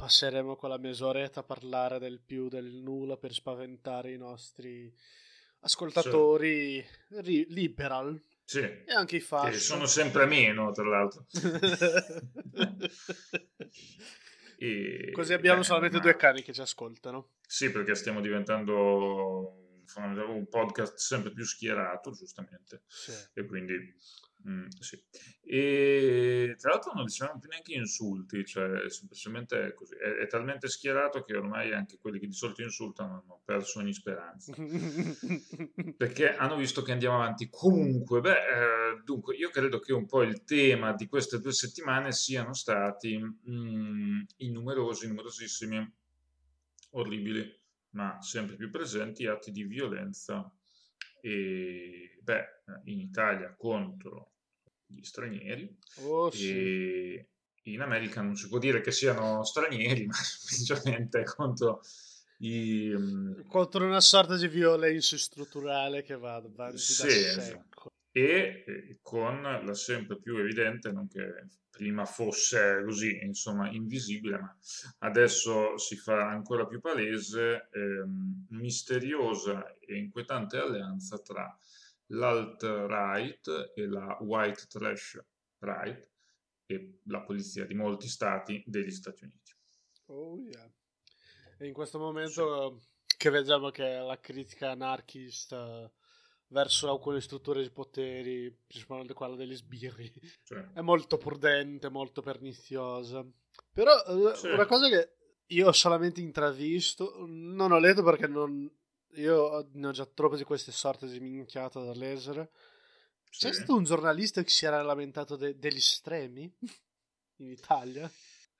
passeremo quella mezz'oretta a parlare del più del nulla per spaventare i nostri ascoltatori liberal Sì, e anche i che fasci. sono sempre meno, tra l'altro. Così E, abbiamo beh, è solamente 2 normale. cani che ci ascoltano. Sì, perché stiamo diventando un podcast sempre più schierato, giustamente. Sì. E quindi, sì. E tra l'altro non diciamo più neanche insulti, cioè semplicemente è così. È talmente schierato che ormai anche quelli che di solito insultano hanno perso ogni speranza. Perché hanno visto che andiamo avanti comunque. Dunque, io credo che un po' il tema di queste 2 settimane siano stati i numerosissimi, orribili, ma sempre più presenti atti di violenza in Italia contro gli stranieri Oh sì. e in America non si può dire che siano stranieri, ma semplicemente contro i... Contro una sorta di violenza strutturale che va avanti da sì, esatto. secoli. E con la sempre più evidente, non che prima fosse così, insomma, invisibile, ma adesso si fa ancora più palese, misteriosa e inquietante alleanza tra l'alt-right e la white trash right e la polizia di molti stati degli Stati Uniti. Oh yeah. E in questo Sì, momento che vediamo che la critica anarchista verso alcune strutture di poteri, principalmente quella degli sbirri, sì, è molto prudente, molto perniziosa. Però sì, una cosa che io ho solamente intravisto, non ho letto perché non, io ne ho già troppe di queste sorte di minchiata da leggere. sì. C'è stato un giornalista che si era lamentato degli estremi in Italia.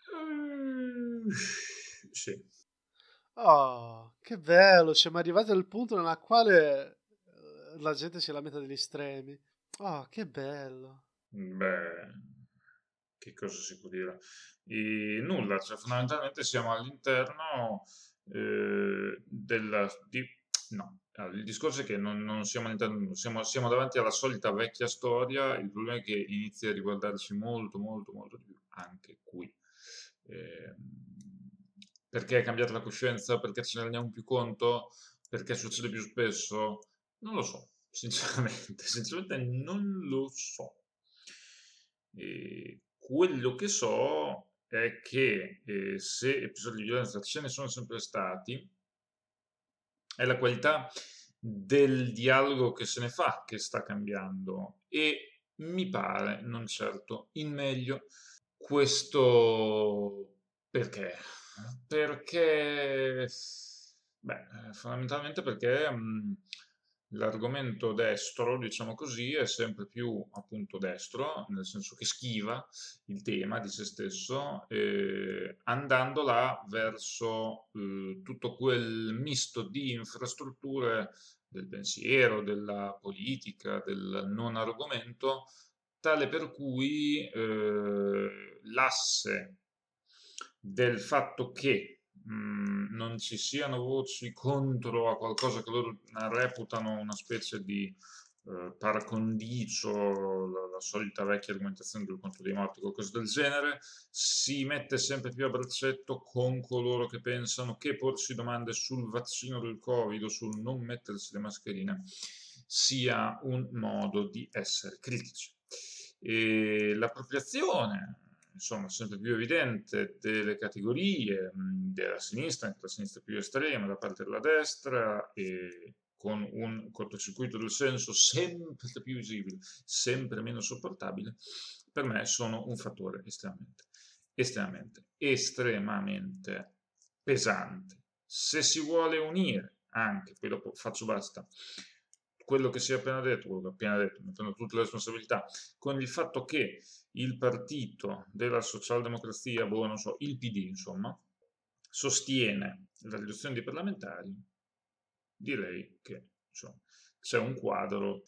Sì. Oh, che bello! Siamo arrivati al punto nella quale la gente si lamenta degli estremi. Oh, che bello! Beh, che cosa si può dire? Nulla, cioè fondamentalmente siamo all'interno no, allora, il discorso è che non siamo all'interno, siamo davanti alla solita vecchia storia, il problema è che inizia a riguardarci molto, molto, molto di più, anche qui. Eh, Perché è cambiata la coscienza? Perché ce ne rendiamo più conto? Perché succede più spesso? Non lo so, sinceramente, sinceramente non lo so. Quello che so è che se episodi di violenza ce ne sono sempre stati, è la qualità del dialogo che se ne fa che sta cambiando e mi pare, non certo in meglio, questo perché? Perché, fondamentalmente perché l'argomento destro, diciamo così, è sempre più appunto destro, nel senso che schiva il tema di se stesso, andando là verso tutto quel misto di infrastrutture del pensiero, della politica, del non argomento, tale per cui l'asse del fatto che non ci siano voci contro a qualcosa che loro reputano una specie di par condicio, la solita vecchia argomentazione del conto dei morti, qualcosa del genere, si mette sempre più a braccetto con coloro che pensano che porsi domande sul vaccino del Covid o sul non mettersi le mascherine sia un modo di essere critici. E l'appropriazione, insomma, sempre più evidente delle categorie della sinistra, anche la sinistra più estrema, da parte della destra, e con un cortocircuito del senso sempre più visibile, sempre meno sopportabile, per me sono un fattore estremamente pesante. Se si vuole unire anche, poi dopo faccio basta, quello che si è appena detto, quello che ho appena detto, mi prendo tutte le responsabilità, con il fatto che il partito della socialdemocrazia, boh, non so, il PD, insomma, sostiene la riduzione dei parlamentari, direi che insomma, c'è un quadro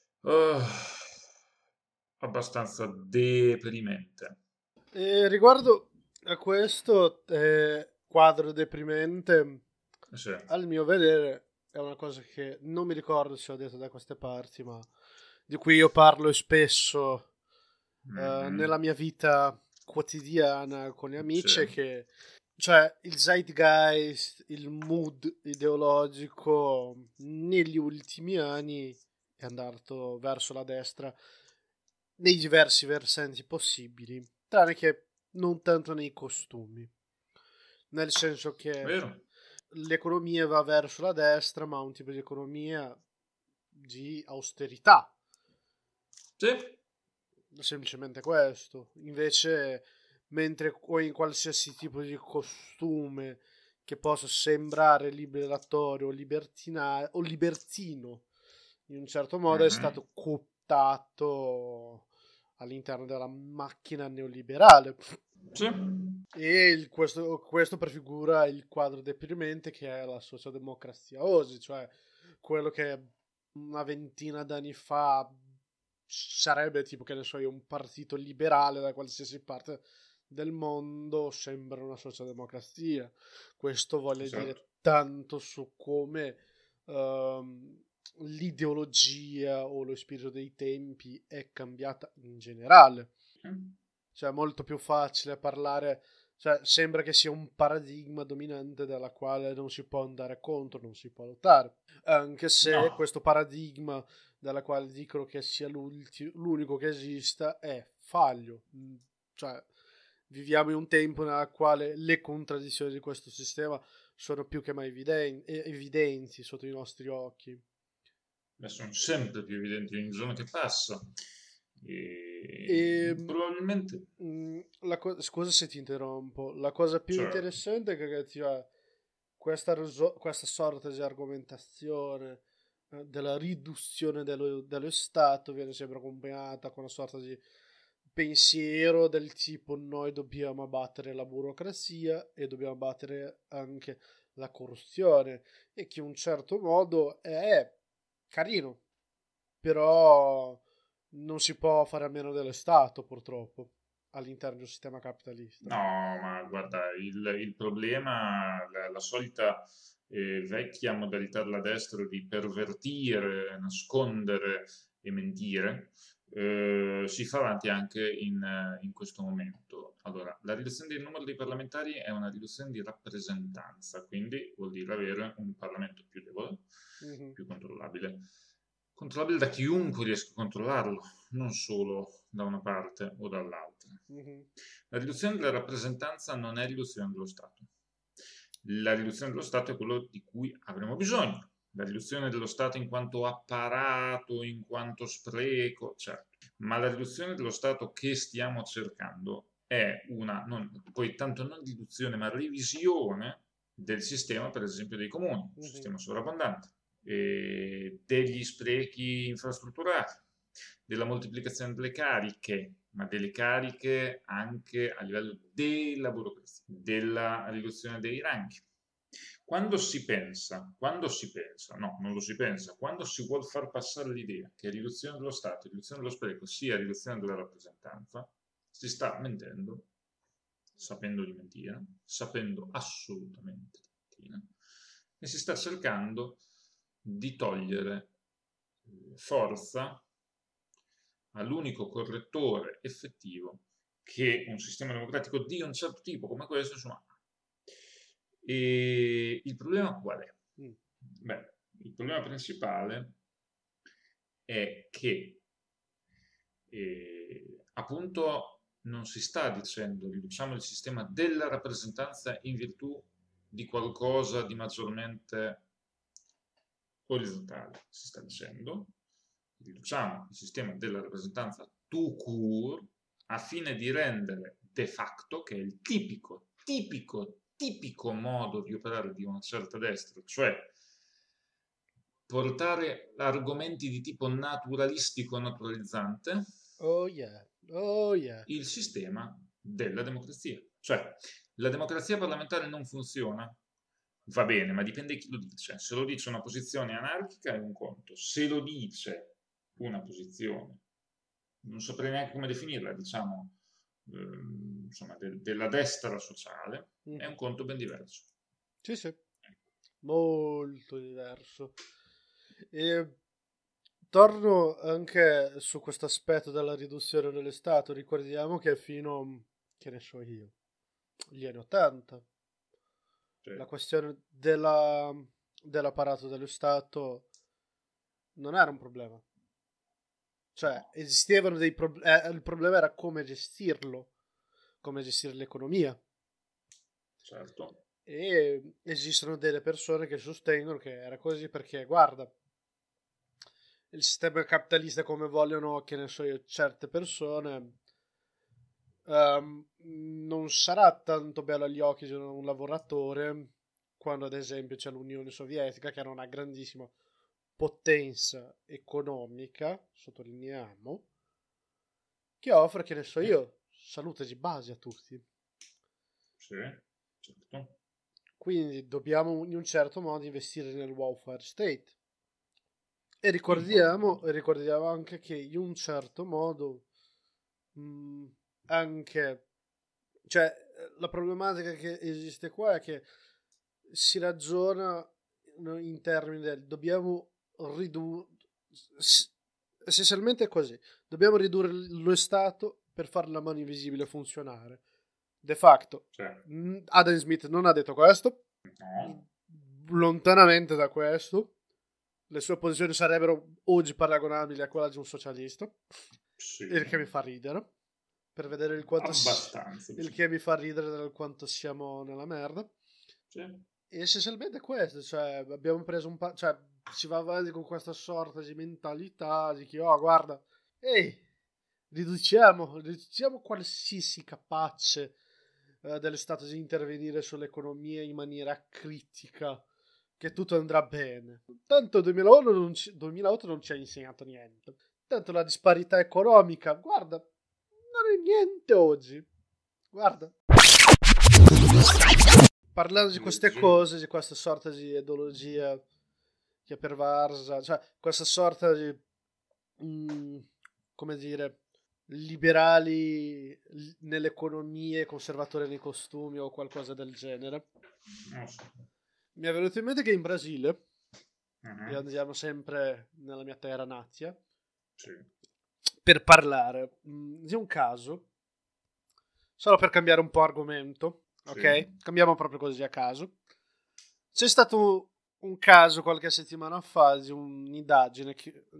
abbastanza deprimente. E riguardo a questo quadro deprimente, Sì. al mio vedere, è una cosa che non mi ricordo se ho detto da queste parti, ma di cui io parlo spesso Mhm. nella mia vita quotidiana con gli Sì. amici, è che cioè il zeitgeist, il mood ideologico negli ultimi anni è andato verso la destra nei diversi versanti possibili, tranne che non tanto nei costumi, nel senso che Vero? l'economia va verso la destra, ma un tipo di economia di austerità, Sì, semplicemente questo. Invece, mentre in qualsiasi tipo di costume che possa sembrare liberatorio o libertino in un certo modo è mhm, stato cooptato all'interno della macchina neoliberale. sì, E questo prefigura il quadro deprimente che è la socialdemocrazia oggi, cioè quello che una ventina d'anni fa sarebbe tipo, che ne so io, un partito liberale da qualsiasi parte del mondo, sembra una socialdemocrazia. Questo vuole dire esatto. tanto su come ehm, l'ideologia o lo spirito dei tempi è cambiata in generale. Mm. Cioè, è molto più facile parlare, cioè, sembra che sia un paradigma dominante dalla quale non si può andare contro, non si può lottare. Anche se No, questo paradigma dalla quale dicono che sia l'unico che esista è faglio. Cioè, viviamo in un tempo nel quale le contraddizioni di questo sistema sono più che mai evidenti sotto i nostri occhi. beh, sono sempre più evidenti ogni giorno che passa. E Probabilmente, scusa se ti interrompo, la cosa più certo, interessante è che cioè, questa sorta di argomentazione della riduzione dello Stato viene sempre accompagnata con una sorta di pensiero del tipo noi dobbiamo abbattere la burocrazia e dobbiamo abbattere anche la corruzione e che in un certo modo è carino, però non si può fare a meno dello Stato, purtroppo, all'interno di un sistema capitalista. no, ma guarda, il problema, la solita vecchia modalità della destra di pervertire, nascondere e mentire, si fa avanti anche in questo momento. Allora, la riduzione del numero dei parlamentari è una riduzione di rappresentanza, quindi vuol dire avere un Parlamento più debole, Mhm, più controllabile da chiunque riesca a controllarlo, non solo da una parte o dall'altra. mhm. La riduzione della rappresentanza non è riduzione dello Stato. La riduzione dello Stato è quello di cui avremo bisogno. La riduzione dello Stato in quanto apparato, in quanto spreco, certo. Ma la riduzione dello Stato che stiamo cercando è una, poi tanto non riduzione, ma revisione del sistema, per esempio, dei comuni, un Mhm, sistema sovrabbondante, e degli sprechi infrastrutturali, della moltiplicazione delle cariche, ma delle cariche anche a livello della burocrazia, della riduzione dei ranghi. No, non lo si pensa, quando si vuole far passare l'idea che riduzione dello Stato, riduzione dello spreco sia riduzione della rappresentanza, si sta mentendo, sapendo di mentire, sapendo assolutamente di mentire, e si sta cercando di togliere forza all'unico correttore effettivo che un sistema democratico di un certo tipo come questo insomma ha. E il problema qual è? mm. Beh, il problema principale è che appunto non si sta dicendo riduciamo il sistema della rappresentanza in virtù di qualcosa di maggiormente orizzontale, si sta dicendo riduciamo il sistema della rappresentanza tout court a fine di rendere de facto, che è il tipico modo di operare di una certa destra, cioè portare argomenti di tipo naturalistico-naturalizzante, Oh yeah, oh yeah. il sistema della democrazia. Cioè, la democrazia parlamentare non funziona, va bene, ma dipende chi lo dice. Se lo dice una posizione anarchica è un conto, se lo dice una posizione, non saprei neanche come definirla, diciamo, insomma, della destra sociale, è un Mhm. conto ben diverso. Sì, sì, molto diverso. E torno anche su questo aspetto della riduzione dello Stato. Ricordiamo che fino, che ne so io, gli anni 80 Sì. La questione dell'apparato dello Stato non era un problema. Cioè, esistevano dei problemi. Il problema era come gestirlo, come gestire l'economia. Certo. E esistono delle persone che sostengono che era così perché, guarda, il sistema capitalista come vogliono, che ne so io, certe persone, non sarà tanto bello agli occhi di un lavoratore quando ad esempio c'è l'Unione Sovietica che era una grandissima potenza economica, sottolineiamo, che offre, che ne so io, salute di base a tutti. Sì, certo. Quindi dobbiamo in un certo modo investire nel welfare state. E Infatti. ricordiamo anche che in un certo modo anche, cioè, la problematica che esiste qua è che si ragiona in termini del dobbiamo ridurre, essenzialmente è così, dobbiamo ridurre lo Stato per fare la mano invisibile funzionare. De facto, Sì. Adam Smith non ha detto questo, No. lontanamente da questo. Le sue posizioni sarebbero oggi paragonabili a quella di un socialista, Sì. il che mi fa ridere, per vedere il quanto Abbastanza. il che mi fa ridere del quanto siamo nella merda. Sì. E essenzialmente è questo, cioè abbiamo preso cioè si va avanti con questa sorta di mentalità di che, oh guarda, ehi, riduciamo qualsiasi capace dello Stato di intervenire sull'economia in maniera critica, che tutto andrà bene. Tanto il 2008 non ci ha insegnato niente. Tanto la disparità economica, guarda, non è niente oggi. Guarda. Parlando di queste cose, di questa sorta di ideologia che è pervasa, cioè questa sorta di, come dire, liberali nell'economia e conservatori nei costumi o qualcosa del genere. Mi è venuto in mente che in Brasile, e andiamo sempre nella mia terra natia, sì, per parlare di un caso, solo per cambiare un po' argomento, ok? Sì. Cambiamo proprio così a caso. C'è stato un caso qualche settimana fa di un'indagine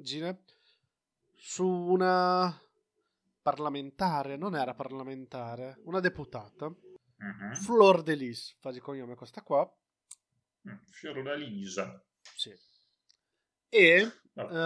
su una parlamentare, non era parlamentare, una deputata, Flor de Lis, fa di cognome questa qua. Fiordalisa. Sì. E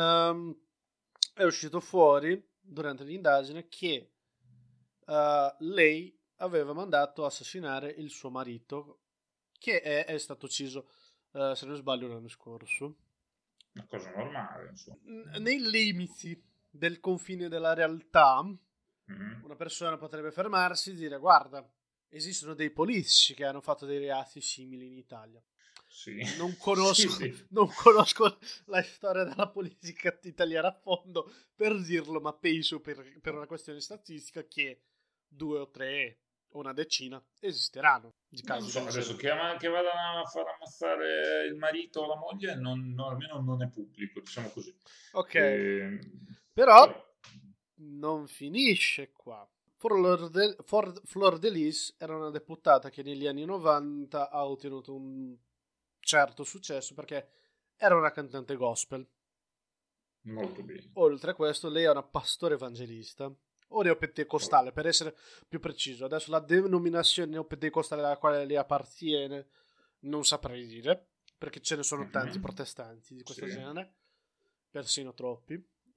è uscito fuori durante l'indagine che lei aveva mandato a assassinare il suo marito, che è stato ucciso, se non sbaglio, l'anno scorso. Una cosa normale, insomma. Nei limiti del confine della realtà, una persona potrebbe fermarsi e dire: guarda, esistono dei politici che hanno fatto dei reati simili in Italia. Sì. Non conosco, sì. non conosco la storia della politica italiana a fondo per dirlo, ma penso per una questione statistica che 2 o 3 o una decina esisteranno di casi Non so, del adesso genere. che vadano a far ammazzare il marito o la moglie, almeno non è pubblico, diciamo così. Ok, Però non finisce qua. Flor de Lis era una deputata che negli anni 90 ha ottenuto un certo successo perché era una cantante gospel. molto bene. Oltre a questo, lei è una pastore evangelista o neopentecostale, per essere più preciso. Adesso la denominazione neopentecostale alla quale lei appartiene non saprei dire, perché ce ne sono tanti protestanti di questo genere, persino troppi.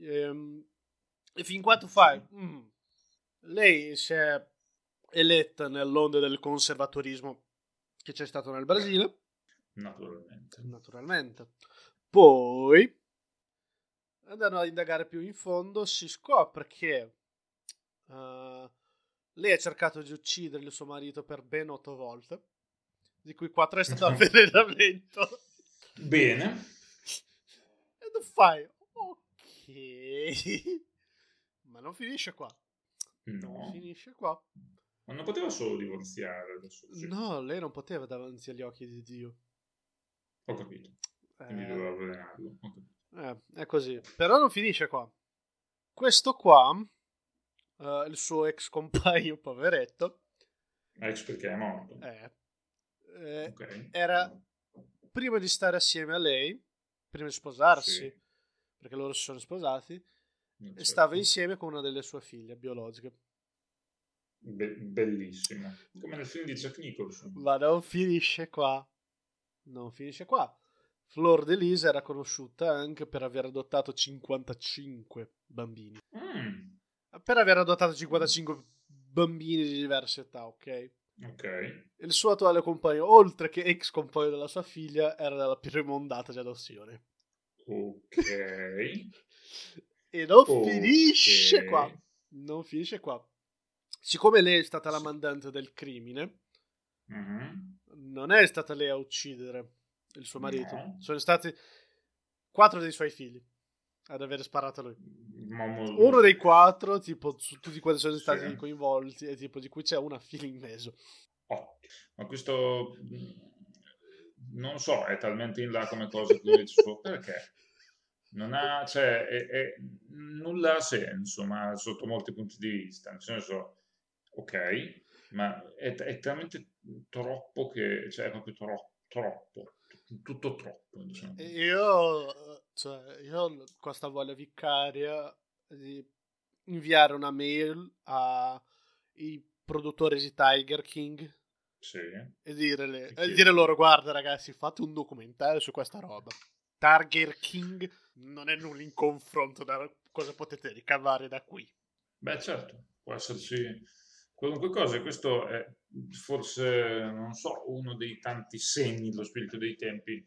E fin quanto fai? Lei si è eletta nell'onda del conservatorismo che c'è stato nel Brasile. Naturalmente. Poi, andando a indagare più in fondo, si scopre che lei ha cercato di uccidere il suo marito per ben 8 volte, di cui 4 è stato avvelenamento. Bene. E tu fai, ok, ma non finisce qua. No. Non finisce qua. Ma non poteva solo divorziare adesso? Sì. No, lei non poteva davanti agli occhi di Dio. Ho capito. Quindi doveva avvelenarlo. È così. Però non finisce qua. Questo qua, il suo ex compagno, poveretto. Ex perché è morto. Ok. Era prima di stare assieme a lei, prima di sposarsi, Sì, perché loro si sono sposati, stava certo. insieme con una delle sue figlie biologiche. Bellissimo. Come nel film di Jack Nicholson. Ma non finisce qua. Non finisce qua. Flor de Lis era conosciuta anche per aver adottato 55 bambini. Mm, Per aver adottato 55 bambini di diverse età, ok? ok. Il suo attuale compagno, oltre che ex compagno della sua figlia, era della prima ondata di adozione. Ok. E non Ok. finisce qua. Non finisce qua. Siccome lei è stata la Sì. mandante del crimine, Mhm. non è stata lei a uccidere il suo marito. No. Sono stati 4 dei suoi figli ad aver sparato a lui. Uno Molto dei bene. 4, tipo, su tutti quelli sono Sì. stati coinvolti, e tipo di cui c'è una figlia in mezzo. Ottimo. Ma questo non so, è talmente in là come cosa che io dico, perché? Non ha, cioè, nulla ha senso, ma sotto molti punti di vista. Nel senso, ok, ma è talmente troppo che, cioè, è proprio troppo, tutto troppo, diciamo così. Io ho questa voglia vicaria di inviare una mail ai produttori di Tiger King Sì, e che dire loro: chiedergli. guarda, ragazzi, fate un documentario su questa roba. Tiger King non è nulla in confronto da cosa potete ricavare da qui. Beh, certo, può esserci qualunque cosa, e questo è forse, non so, uno dei tanti segni dello spirito dei tempi,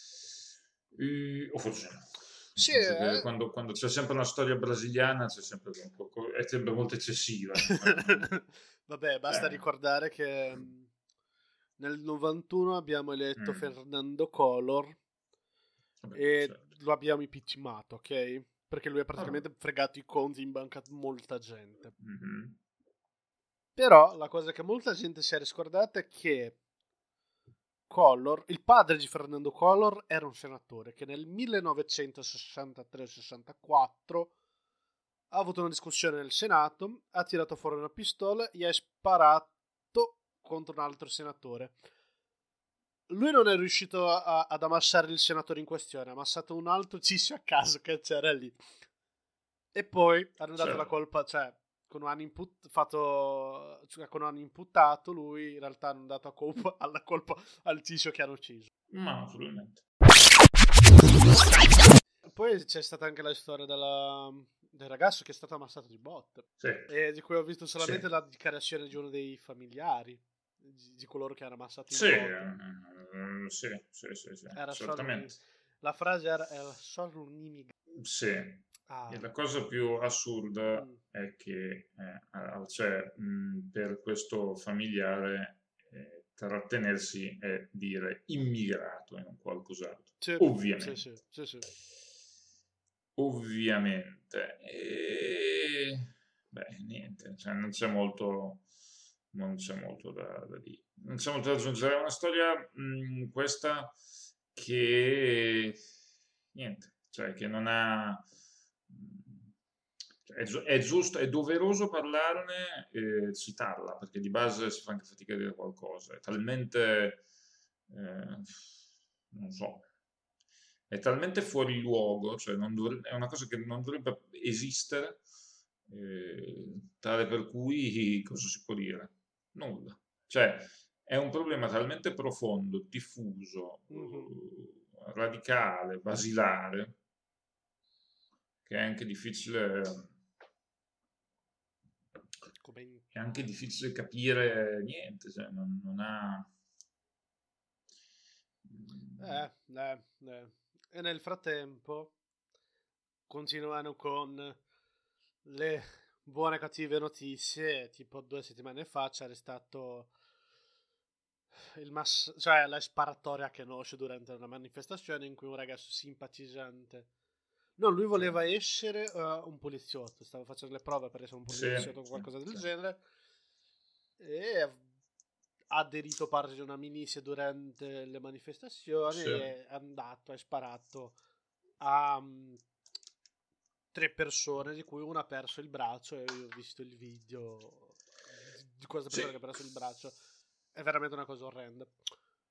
o forse no. Nel Sì, senso che quando c'è sempre una storia brasiliana c'è sempre è sempre molto eccessiva, diciamo. vabbè, basta Eh, ricordare che nel 91 abbiamo eletto mm, Fernando Collor vabbè, e certo. lo abbiamo impeachmentato, ok? Perché lui ha Vabbè. praticamente fregato i conti in banca a molta gente. Mhm. Però la cosa che molta gente si è riscordata è che Collor, il padre di Fernando Collor, era un senatore che nel 1963-64 ha avuto una discussione nel Senato, ha tirato fuori una pistola e ha sparato contro un altro senatore. Lui non è riuscito ad ammassare il senatore in questione, ha ammassato un altro tizio a caso che c'era lì. E poi hanno dato la Certo, colpa, cioè, con un anno imputato, lui in realtà hanno dato alla colpa al tizio che hanno ucciso. ma naturalmente. Poi c'è stata anche la storia del ragazzo che è stato ammassato di botte. Sì, E di cui ho visto sì. solamente la dichiarazione di uno dei familiari di coloro che hanno ammazzato in Sì, botte. sì, sì, sì, sì, Era solo certamente. la frase era solo un immigrato. Sì, e Ah, la cosa più assurda mm. è che cioè, per questo familiare trattenersi è dire immigrato e non qualcos'altro. Sì, sì, sì, Ovviamente. sì, sì. Ovviamente. Beh, niente, cioè, non c'è molto da dire. Non c'è molto da aggiungere. È una storia, questa, che niente, cioè che non ha. Cioè, è giusto, è doveroso parlarne e citarla, perché di base si fa anche fatica a dire qualcosa. È talmente, non so, è talmente fuori luogo, cioè è una cosa che non dovrebbe esistere, tale per cui cosa si può dire? Nulla. Cioè, è un problema talmente profondo, diffuso, Mhm. radicale, basilare, che Come in- è anche difficile capire niente, cioè non ha. eh, eh, eh. E nel frattempo continuano con le buone e cattive notizie. Tipo 2 settimane fa c'è arrestato cioè la sparatoria che Kenosha durante una manifestazione in cui un ragazzo simpatizzante. No, lui Sì, voleva essere un poliziotto, stava facendo le prove per essere un sì, poliziotto o sì, qualcosa del sì. genere e ha aderito parte di una milizia durante le manifestazioni Sì. e è andato e sparato a 3 persone, di cui una ha perso il braccio. E io ho visto il video di questa Sì. persona che ha perso il braccio. È veramente una cosa orrenda.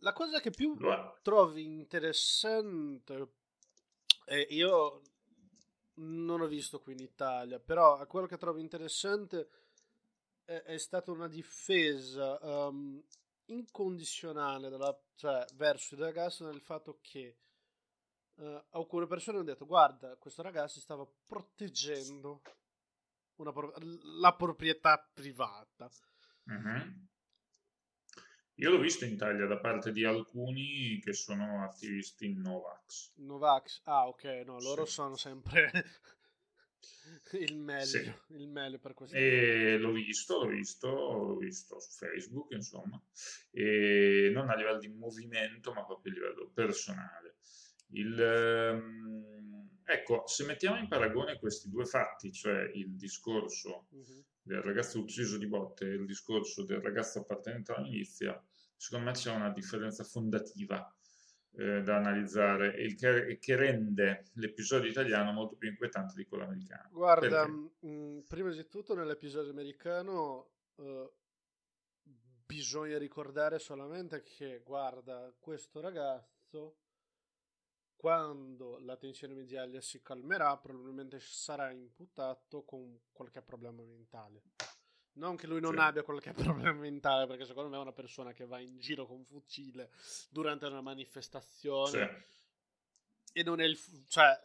La cosa che più Lo è. trovi interessante, io non ho visto qui in Italia, però quello che trovo interessante è stata una difesa incondizionale cioè, verso il ragazzo, nel fatto che alcune persone hanno detto: guarda, questo ragazzo stava proteggendo la proprietà privata. Mhm. Io l'ho visto in Italia da parte di alcuni che sono attivisti Novax. Novax, ok, no, loro Sì. sono sempre Sì. il meglio per queste cose. E l'ho visto su Facebook, insomma, e non a livello di movimento, ma proprio a livello personale. Ecco, se mettiamo in paragone questi due fatti, cioè il discorso Mhm. del ragazzo ucciso di botte e il discorso del ragazzo appartenente alla milizia, secondo me c'è una differenza fondativa da analizzare e che rende l'episodio italiano molto più inquietante di quello americano. Guarda, Perché? prima di tutto nell'episodio americano bisogna ricordare solamente che, guarda, questo ragazzo, quando la tensione mediatica si calmerà, probabilmente sarà imputato con qualche problema mentale. Non che lui non Sì, abbia qualche problema mentale, perché secondo me è una persona che va in giro con fucile durante una sì, manifestazione e non è cioè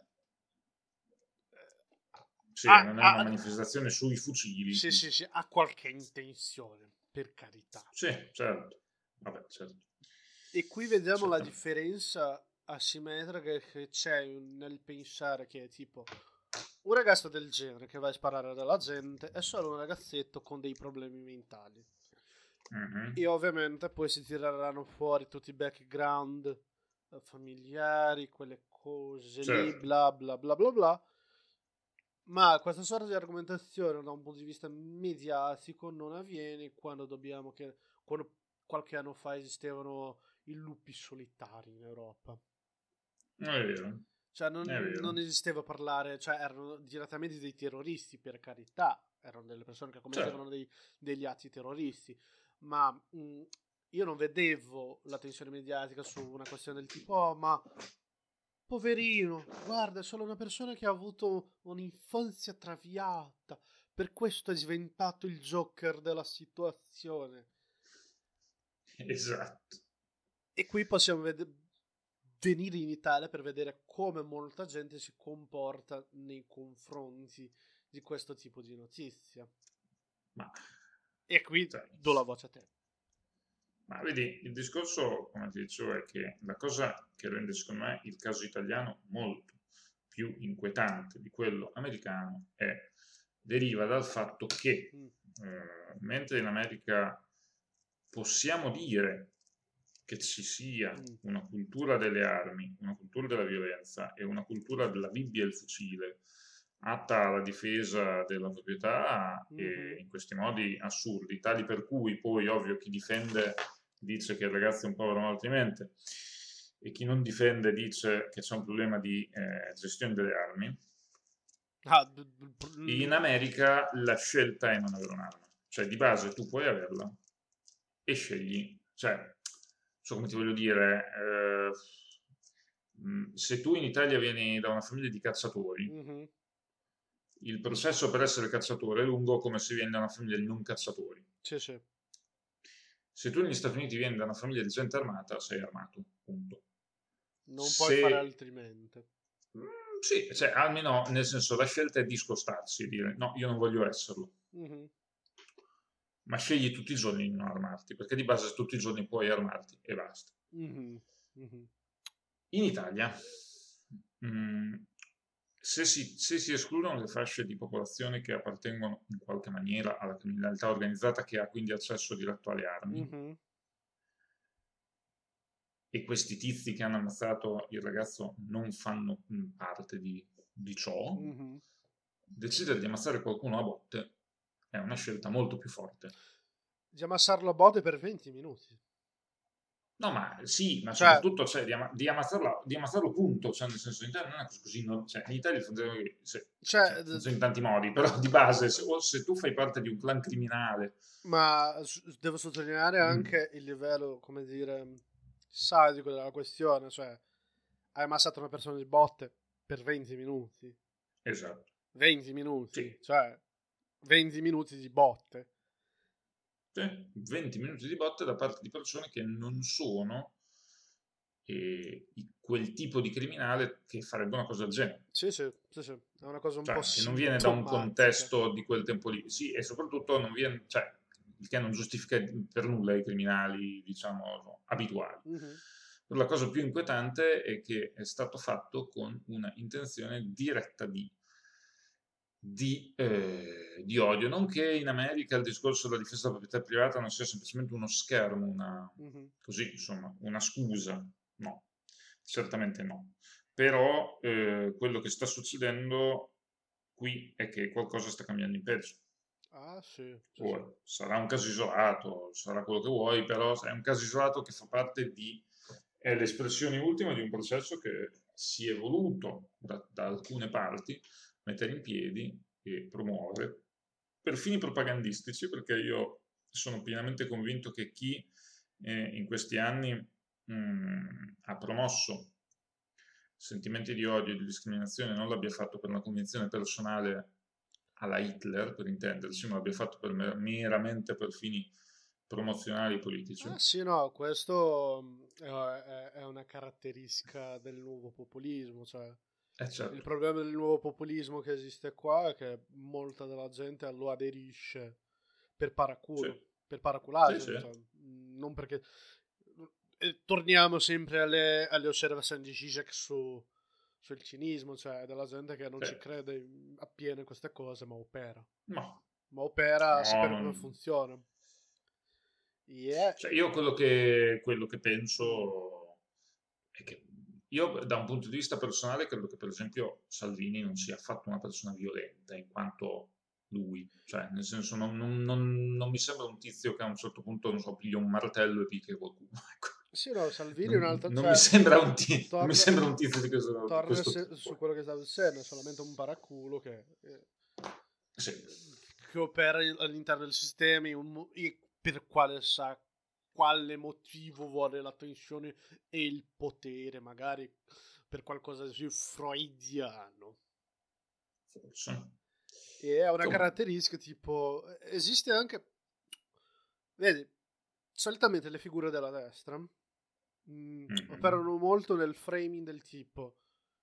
sì, ha, non è una ha- manifestazione sui fucili. sì, sì, sì, ha qualche intenzione, per carità. Sì, certo. Vabbè, certo. E qui vediamo la Certamente. differenza asimmetrica che c'è nel pensare che tipo un ragazzo del genere che va a sparare della gente è solo un ragazzetto con dei problemi mentali. Mhm. E ovviamente poi si tireranno fuori tutti i background familiari, quelle cose lì, Certo. bla bla bla bla bla. Ma questa sorta di argomentazione da un punto di vista mediatico non avviene quando qualche anno fa esistevano i lupi solitari in Europa. È vero, Cioè è non vero. esisteva parlare, cioè erano direttamente dei terroristi, per carità, erano delle persone che Certo. commettevano degli atti terroristi, ma io non vedevo la tensione mediatica su una questione del tipo: oh, ma poverino, guarda, è solo una persona che ha avuto un'infanzia traviata, per questo è diventato il Joker della situazione. Esatto. E qui possiamo venire in Italia per vedere come molta gente si comporta nei confronti di questo tipo di notizia. Ma, E qui sai, do la voce a te. ma vedi, il discorso, come ti dicevo, è che la cosa che rende, secondo me, il caso italiano molto più inquietante di quello americano deriva dal fatto che, Mm, mentre in America possiamo dire che ci sia mm, una cultura delle armi, una cultura della violenza e una cultura della Bibbia e il fucile atta alla difesa della proprietà mhm. e in questi modi assurdi, tali per cui poi, ovvio, chi difende dice che il ragazzo è un povero malottimento e chi non difende dice che c'è un problema di gestione delle armi. Ah, In America la scelta è non avere un'arma, cioè di base tu puoi averla e scegli, cioè, non so come ti voglio dire, se tu in Italia vieni da una famiglia di cacciatori, mhm. il processo per essere cacciatore è lungo come se vieni da una famiglia di non cacciatori. Sì, sì. Se tu negli Stati Uniti vieni da una famiglia di gente armata, sei armato, punto. Non puoi fare Se altrimenti. sì, cioè, almeno nel senso la scelta è discostarsi e dire no, io non voglio esserlo, Mhm, ma scegli tutti i giorni di non armarti, perché di base tutti i giorni puoi armarti e basta. mhm, mhm. In Italia, mh, se si escludono le fasce di popolazione che appartengono in qualche maniera alla criminalità organizzata, che ha quindi accesso diretto alle armi, Mhm, e questi tizi che hanno ammazzato il ragazzo non fanno parte di ciò, mhm. decidere di ammazzare qualcuno a botte è una scelta molto più forte. Di ammassarlo a botte per 20 minuti. No, ma sì, ma Cioè, soprattutto cioè, di ammazzarlo punto, cioè, nel senso in Italia non è così, cioè, in Italia funziona, cioè, funziona in tanti modi, però di base se tu fai parte di un clan criminale, ma devo sottolineare mm, anche il livello, come dire, sadico della questione, cioè hai ammazzato una persona di botte per 20 minuti. Esatto. 20 minuti, Sì. cioè 20 minuti di botte. Sì, 20 minuti di botte da parte di persone che non sono quel tipo di criminale che farebbe una cosa del genere. Sì, sì, sì, sì. È una cosa un po' Cioè, che non viene da un sintomatica. contesto di quel tempo lì. Sì, e soprattutto non viene, cioè, il che non giustifica per nulla i criminali, diciamo, abituali. Mhm. La cosa più inquietante è che è stato fatto con una intenzione diretta di odio, non che in America il discorso della difesa della proprietà privata non sia semplicemente uno schermo, Mhm. così, insomma, una scusa, no, certamente no. Però quello che sta succedendo qui è che qualcosa sta cambiando in peggio. Ah, sì, sì, sì. Ora, sarà un caso isolato, sarà quello che vuoi, però è un caso isolato che fa parte è l'espressione ultima di un processo che si è voluto da alcune parti mettere in piedi e promuovere per fini propagandistici, perché io sono pienamente convinto che chi in questi anni ha promosso sentimenti di odio e di discriminazione non l'abbia fatto per una convinzione personale alla Hitler, per intenderci, ma l'abbia fatto meramente per fini promozionali politici. Ah, sì, no, questo è una caratteristica del nuovo populismo, cioè il Certo, problema del nuovo populismo che esiste qua è che molta della gente lo aderisce per sì, paraculo, per sì, paraculaggine, sì. cioè, non perché... E torniamo sempre alle osservazioni di Zizek sul cinismo, cioè della gente che non Sì. ci crede appieno in queste cose, ma opera. No, Ma opera no, sapendo come non... funziona. Yeah. Cioè, io quello che penso è che io da un punto di vista personale credo che per esempio Salvini non sia affatto una persona violenta in quanto lui, cioè nel senso non mi sembra un tizio che a un certo punto, non so, piglia un martello e picchia qualcuno, ecco. Sì, no, Salvini è un Non, altro, non mi cioè, sembra non mi torna, sembra un tizio di torna questo tipo su qua. quello che stavo dicendo, è solamente un paraculo Sì, che opera all'interno del sistema e per quale sa quale motivo vuole l'attenzione e il potere, magari per qualcosa di più freudiano. forse. E è una Comunque, caratteristica tipo, esiste anche, vedi, solitamente le figure della destra mhm, operano molto nel framing del tipo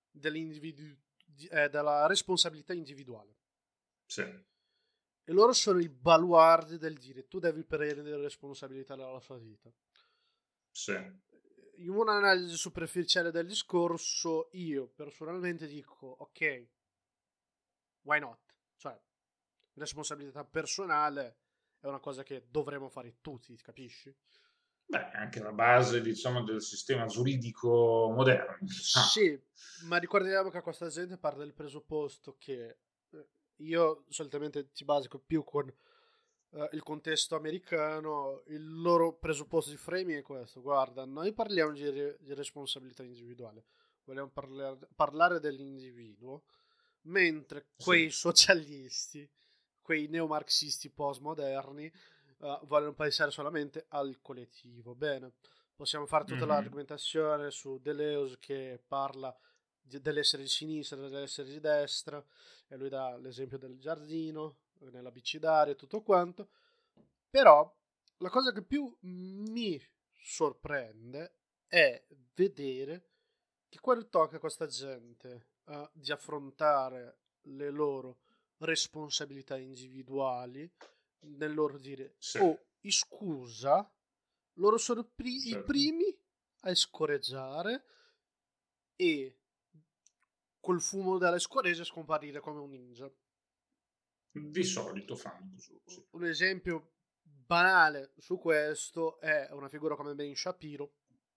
della responsabilità individuale. sì, E loro sono i baluardi del dire tu devi prendere responsabilità della sua vita. sì, In un'analisi superficiale del discorso, io personalmente dico ok, why not? Cioè, responsabilità personale è una cosa che dovremmo fare tutti, capisci? beh, è anche la base, diciamo, del sistema giuridico moderno, diciamo. Sì, ma ricordiamo che questa gente parte del presupposto che io solitamente ti basico più con il contesto americano, il loro presupposto di framing è questo, guarda, noi parliamo di responsabilità individuale, vogliamo parlare dell'individuo, mentre Sì. quei socialisti, quei neomarxisti postmoderni, vogliono pensare solamente al collettivo. Bene, possiamo fare tutta Mhm. l'argomentazione su Deleuze che parla dell'essere di sinistra, dell'essere di destra, e lui dà l'esempio del giardino, nell'abicidario e tutto quanto. Però la cosa che più mi sorprende è vedere che quando tocca a questa gente di affrontare le loro responsabilità individuali, nel loro dire Sì, oh, scusa, loro sono i certo. primi a scorreggiare e col fumo delle scoregge scomparire come un ninja. Di solito fanno così, sì. Un esempio banale su questo è una figura come Ben Shapiro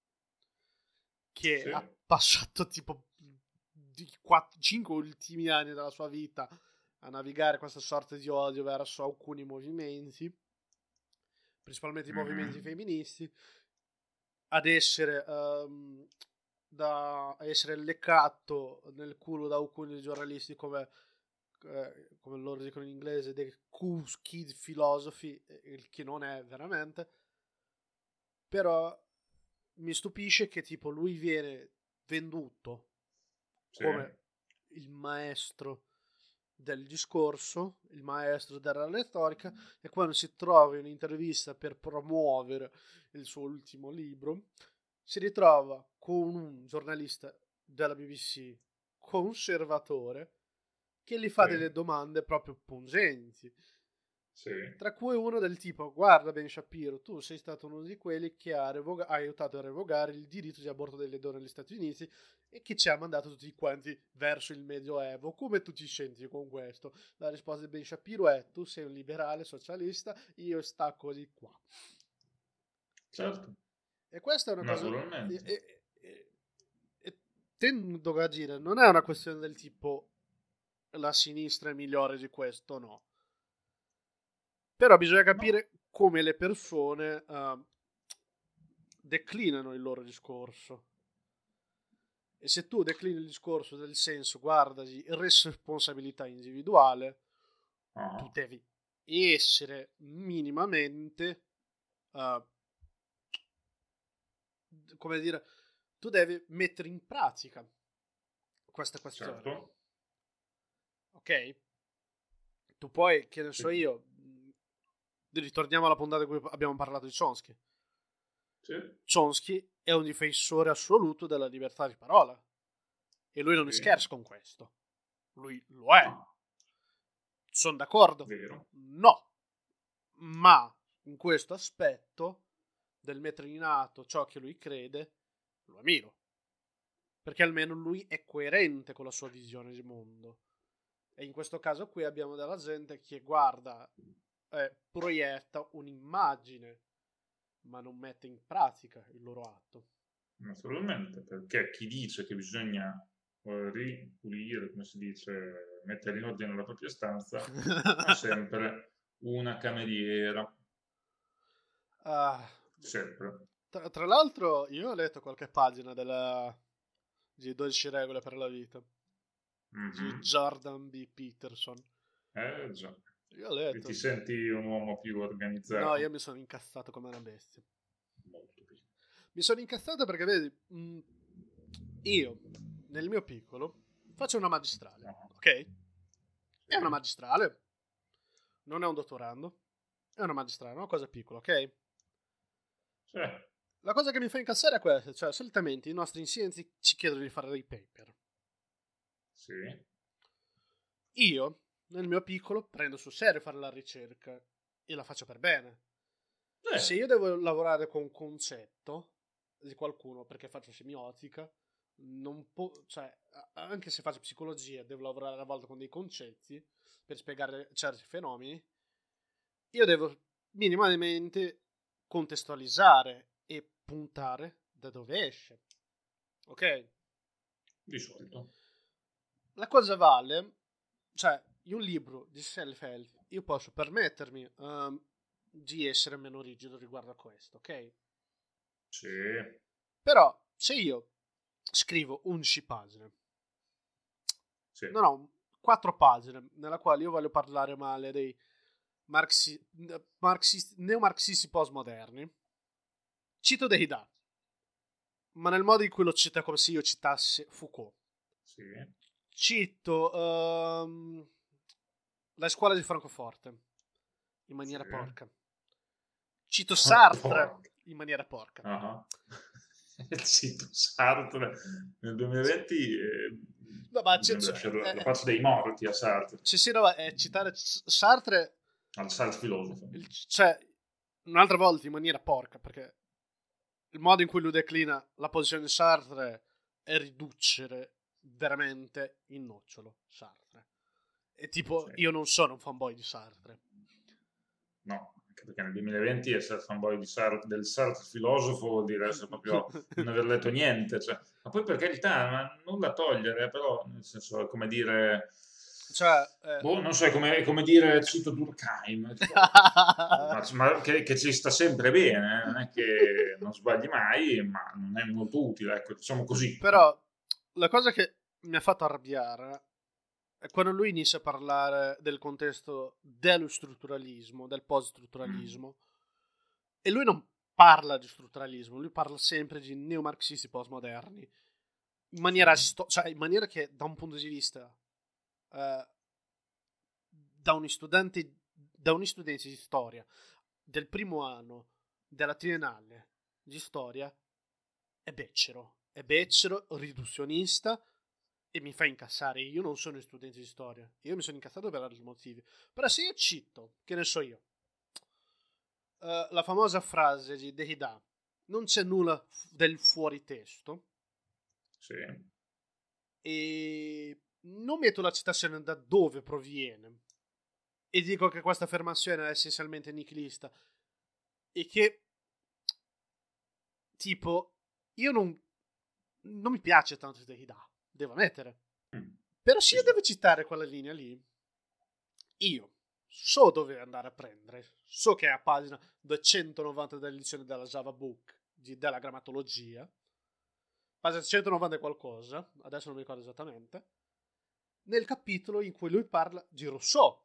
che Sì. ha passato tipo 5 ultimi anni della sua vita a navigare questa sorta di odio verso alcuni movimenti, principalmente i movimenti Mhm. femministi, ad essere da essere leccato nel culo da alcuni giornalisti come loro dicono in inglese, dei cool kid philosophy, il che non è veramente, però mi stupisce che tipo lui viene venduto Sì. come il maestro del discorso, il maestro della retorica, e quando si trova in un'intervista per promuovere il suo ultimo libro, si ritrova con un giornalista della BBC conservatore che gli fa Sì. delle domande proprio pungenti. Sì. Tra cui uno del tipo: guarda Ben Shapiro, tu sei stato uno di quelli che ha aiutato a revocare il diritto di aborto delle donne negli Stati Uniti e che ci ha mandato tutti quanti verso il Medioevo. Come tu ti senti con questo? La risposta di Ben Shapiro è: tu sei un liberale socialista, io stacco di qua. Certo, E questa è una cosa... naturalmente. e tendo a dire, non è una questione del tipo la sinistra è migliore di questo, no. Però bisogna capire come le persone declinano il loro discorso. E se tu declini il discorso del senso, guarda, di responsabilità individuale, tu devi essere minimamente, come dire, tu devi mettere in pratica questa questione. Certo. Ok? Tu poi, che ne so io, ritorniamo alla puntata in cui abbiamo parlato di Chomsky. Sì. Chomsky è un difensore assoluto della libertà di parola e lui non ne scherza con questo. Lui lo è. No. Sono d'accordo? Vero. No. Ma in questo aspetto del mettere in atto ciò che lui crede, lo ammiro. Perché almeno lui è coerente con la sua visione di mondo. E in questo caso qui abbiamo della gente che guarda, proietta un'immagine, ma non mette in pratica il loro atto. Naturalmente, perché chi dice che bisogna ripulire, come si dice, mettere in ordine la propria stanza, ha sempre una cameriera. Sempre. Tra l'altro, io ho letto qualche pagina di 12 regole per la vita di Jordan B. Peterson. Già. Io ho letto. E ti senti un uomo più organizzato? No, io mi sono incazzato come una bestia. Molto più. Mi sono incazzato perché, vedi, io, nel mio piccolo, faccio una magistrale, ok? È una magistrale, non è un dottorando, è una magistrale, è una cosa piccola, ok? Sì. La cosa che mi fa incazzare è questa, cioè solitamente i nostri insegnanti ci chiedono di fare dei paper. Sì. Io, nel mio piccolo, prendo sul serio fare la ricerca e la faccio per bene. Se io devo lavorare con un concetto di qualcuno perché faccio semiotica, non cioè, anche se faccio psicologia, devo lavorare a volte con dei concetti per spiegare certi fenomeni, io devo minimamente contestualizzare e puntare da dove esce. Ok? Di solito. La cosa vale, cioè, in un libro di self-help io posso permettermi di essere meno rigido riguardo a questo, ok? Sì. Però se io scrivo 11 pagine, Sì. no, 4 pagine nella quale io voglio parlare male dei neomarxisti postmoderni, cito dei dati, ma nel modo in cui lo cita come se io citassi Foucault. Sì. Cito la scuola di Francoforte in maniera porca. Cito Sartre in maniera porca. Cito Sartre nel 2020 no, ma la faccia dei morti a Sartre. Sì, no, citare Sartre al Sartre filosofo. Cioè, un'altra volta in maniera porca, perché il modo in cui lui declina la posizione di Sartre è riducere veramente in nocciolo Sartre. E tipo, Sì. io non sono un fanboy di Sartre. No, anche perché nel 2020 essere fanboy del Sartre filosofo vuol dire essere proprio non aver letto niente. Cioè. Ma poi per carità, ma nulla togliere, però nel senso è come dire... Cioè, non so, è come dire, cito Durkheim, tipo, ma che ci sta sempre bene, non è che non sbagli mai, ma non è molto utile, ecco, diciamo così. Però la cosa che mi ha fatto arrabbiare è quando lui inizia a parlare del contesto dello strutturalismo, del post-strutturalismo, e lui non parla di strutturalismo, lui parla sempre di neomarxisti postmoderni, in maniera che da un punto di vista da un studente di storia del primo anno della triennale di storia è becero, riduzionista, e mi fa incassare. Io non sono studente di storia, io mi sono incazzato per altri motivi. Però se io cito, che ne so io, la famosa frase di Derrida, non c'è nulla del fuori testo, sì, e non metto la citazione da dove proviene e dico che questa affermazione è essenzialmente nichilista e che tipo io non mi piace tanto Derrida, devo ammettere, però se io devo citare quella linea lì, io so dove andare a prendere, so che è a pagina 290 dell'edizione della Java Book della grammatologia, pagina 190 e qualcosa, adesso non mi ricordo esattamente, nel capitolo in cui lui parla di Rousseau.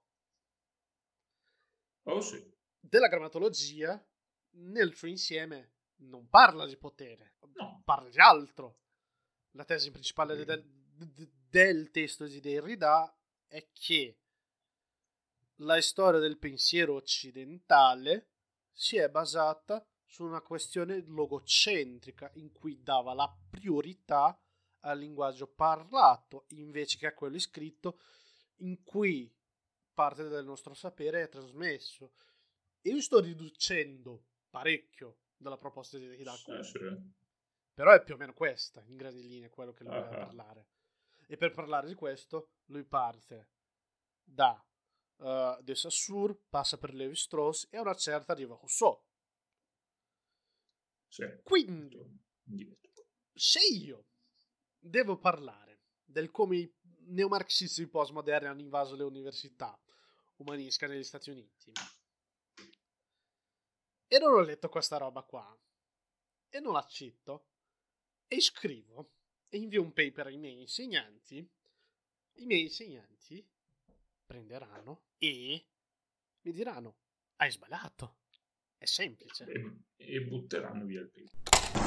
Oh sì. Della grammatologia, nel suo insieme, non parla di potere, no, parla di altro. La tesi principale del testo di Derrida è che la storia del pensiero occidentale si è basata su una questione logocentrica in cui dava la priorità al linguaggio parlato invece che a quello scritto, in cui parte del nostro sapere è trasmesso. E io sto riducendo parecchio dalla proposta di Derrida, però è più o meno questa, in grandi linee, quello che lui voleva parlare. E per parlare di questo, lui parte da De Saussure, passa per Lévi-Strauss e a una certa arriva a Rousseau. Sì. Quindi, se io devo parlare del come i neomarxisti postmoderni hanno invaso le università umanistiche negli Stati Uniti e non ho letto questa roba qua e non la cito e scrivo e invio un paper ai miei insegnanti, i miei insegnanti prenderanno e mi diranno: hai sbagliato, è semplice, e butteranno via il paper.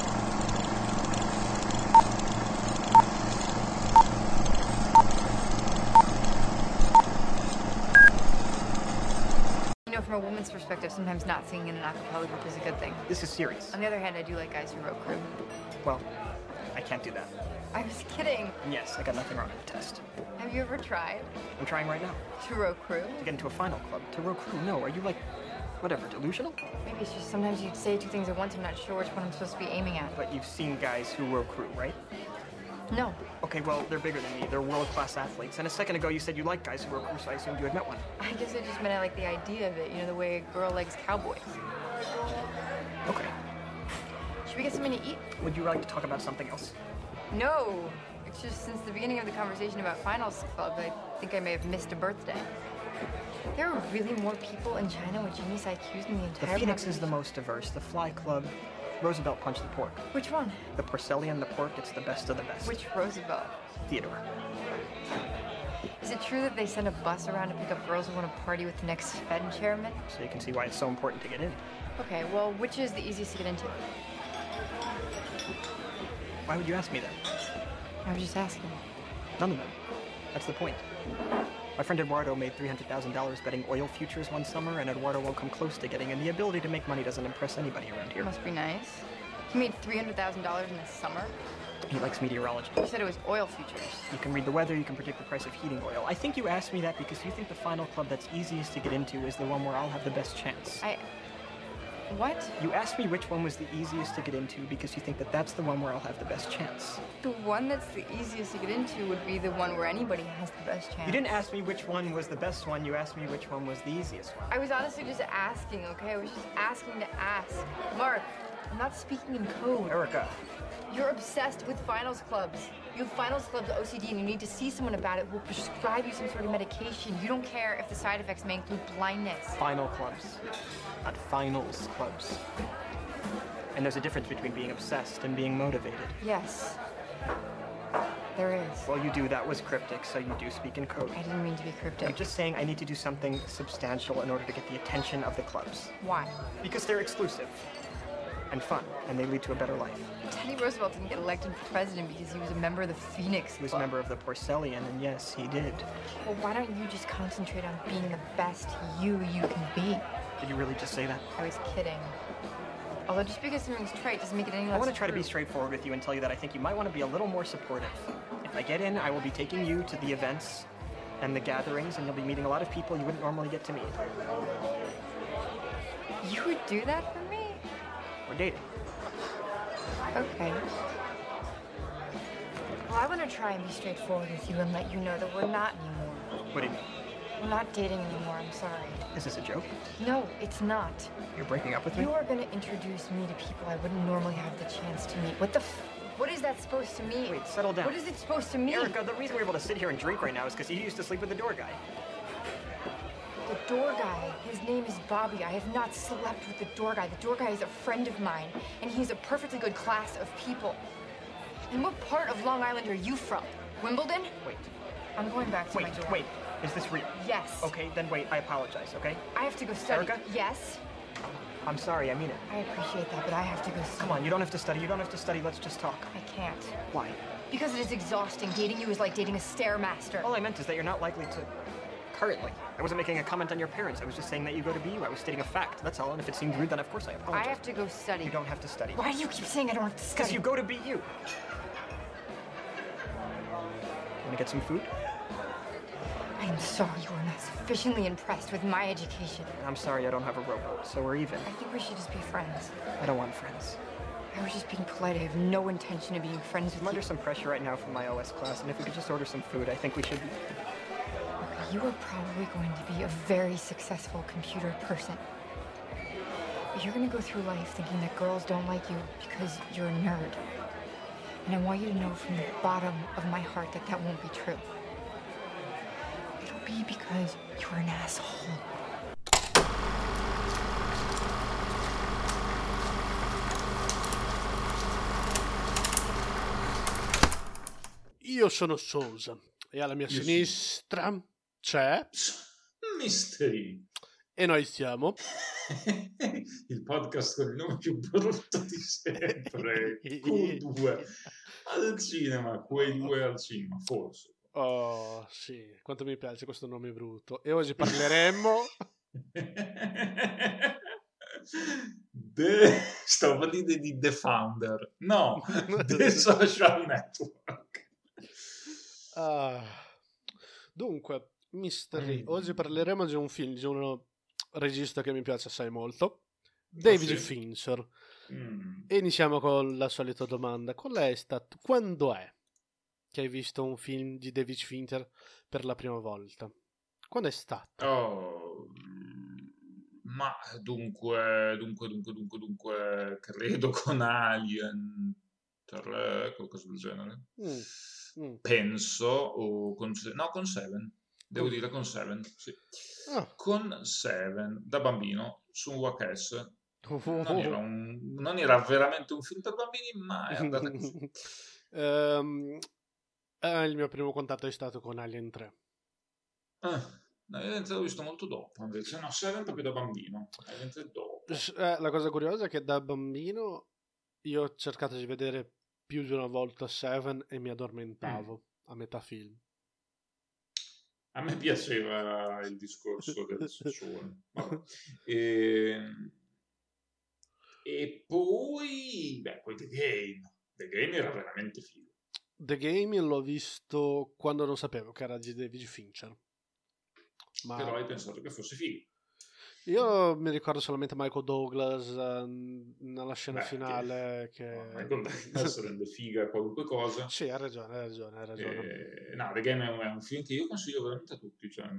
From a woman's perspective, sometimes not singing in an a cappella group is a good thing. This is serious. On the other hand, I do like guys who wrote crew. Well, I can't do that. I was kidding. And yes, I got nothing wrong with the test. Have you ever tried? I'm trying right now. To row crew? To get into a final club. To row crew? No, are you like, whatever, delusional? Maybe it's just sometimes you say two things at once, I'm not sure which one I'm supposed to be aiming at. But you've seen guys who row crew, right? No. Okay, well, they're bigger than me. They're world-class athletes. And a second ago, you said you like guys who row crew, so I assumed you had met one. I guess I just meant I like the idea of it. You know, the way a girl likes cowboys. Okay. Should we get something to eat? Would you like to talk about something else? No. It's just since the beginning of the conversation about finals club, I think I may have missed a birthday. There are really more people in China with genius IQs than the entire The Phoenix is the most diverse. The Fly Club, Roosevelt punched the pork. Which one? The Porcellian, the pork, it's the best of the best. Which Roosevelt? Theodore. Is it true that they send a bus around to pick up girls who want to party with the next Fed chairman? So you can see why it's so important to get in. Okay, well, which is the easiest to get into? Why would you ask me that? I was just asking. None of them. That's the point. My friend Eduardo made $300,000 betting oil futures one summer, and Eduardo won't come close to getting in. The ability to make money doesn't impress anybody around here. Must be nice. He made $300,000 in the summer? He likes meteorology. You said it was oil futures. You can read the weather, you can predict the price of heating oil. I think you asked me that because you think the final club that's easiest to get into is the one where I'll have the best chance. What? You asked me which one was the easiest to get into because you think that that's the one where I'll have the best chance. The one that's the easiest to get into would be the one where anybody has the best chance. You didn't ask me which one was the best one, you asked me which one was the easiest one. I was honestly just asking, okay? I was just asking to ask. Mark, I'm not speaking in code. Erica. You're obsessed with finals clubs. You have finals clubs OCD and you need to see someone about it who will prescribe you some sort of medication. You don't care if the side effects may include blindness. Final clubs, not finals clubs. And there's a difference between being obsessed and being motivated. Yes, there is. Well, you do. That was cryptic, so you do speak in code. I didn't mean to be cryptic. I'm just saying I need to do something substantial in order to get the attention of the clubs. Why? Because they're exclusive. and fun, and they lead to a better life. Teddy Roosevelt didn't get elected president because he was a member of the Phoenix He was a Club. member of the Porcellian, and yes, he did. Well, why don't you just concentrate on being the best you can be? Did you really just say that? I was kidding. Although just because something's trite doesn't make it any less I want to try to be true. straightforward with you and tell you that I think you might want to be a little more supportive. If I get in, I will be taking you to the events and the gatherings, and you'll be meeting a lot of people you wouldn't normally get to meet. You would do that for me? We're dating. Okay. Well, I want to try and be straightforward with you and let you know that we're not anymore. What do you mean? We're not dating anymore, I'm sorry. Is this a joke? No, it's not. You're breaking up with me? You are going to introduce me to people I wouldn't normally have the chance to meet. What is that supposed to mean? Wait, settle down. What is it supposed to mean? Erica, the reason we're able to sit here and drink right now is because you used to sleep with the door guy. The door guy, his name is Bobby. I have not slept with the door guy. The door guy is a friend of mine, and he's a perfectly good class of people. And what part of Long Island are you from? Wimbledon? Wait, I'm going back to my dorm. wait. Is this real? Yes. Okay, then wait, I apologize, okay? I have to go study. Erica? Yes. I'm sorry, I mean it. I appreciate that, but I have to go study. Come on, you don't have to study, let's just talk. I can't. Why? Because it is exhausting. Dating you is like dating a stairmaster. All I meant is that you're not likely to... Currently. I wasn't making a comment on your parents, I was just saying that you go to BU. I was stating a fact, that's all, and if it seemed rude, then of course I apologize. I have to go study. You don't have to study. Why do you keep saying I don't have to Because study? you go to BU. Wanna get some food? I am sorry you are not sufficiently impressed with my education. I'm sorry I don't have a rowboat, so we're even. I think we should just be friends. I don't want friends. I was just being polite. I have no intention of being friends with I'm you. under some pressure right now from my OS class, and if we could just order some food, I think we should be... Okay, you are probably going to be a very successful computer person. But you're going to go through life thinking that girls don't like you because you're a nerd. And I want you to know from the bottom of my heart that that won't be true. It'll be because you're an asshole. Io sono Sousa e alla mia sinistra c'è Mystery. e noi siamo Il podcast con il nome più brutto di sempre. Q2 al cinema, quei due al cinema, forse. Oh sì, quanto mi piace questo nome brutto. E oggi parleremo Stavo per dire di The Founder. No, The Social Network. Dunque, Mystery, oggi parleremo di un film di un regista che mi piace assai molto, David Fincher. E iniziamo con la solita domanda: quando è che hai visto un film di David Fincher per la prima volta? Quando è stato? Ma dunque, credo con Alien 3, qualcosa del genere. Penso, o con Seven. Devo dire con Seven, sì. Con Seven, da bambino, su un VHS. Non era veramente un film per bambini, ma è andata così. Il mio primo contatto è stato con Alien 3. Alien 3 l'ho visto molto dopo, invece. No, Seven proprio da bambino. Alien 3 dopo. La cosa curiosa è che da bambino io ho cercato di vedere più di una volta Seven e mi addormentavo a metà film. A me piaceva il discorso del sessuale. E poi The Game. The Game era veramente figo. The Game l'ho visto quando non sapevo che era di David Fincher. Però hai pensato che fosse figo. Io mi ricordo solamente Michael Douglas nella scena finale che... Michael Douglas rende figa qualunque cosa. Sì, hai ragione. No, The Game è un film che io consiglio veramente a tutti. Cioè,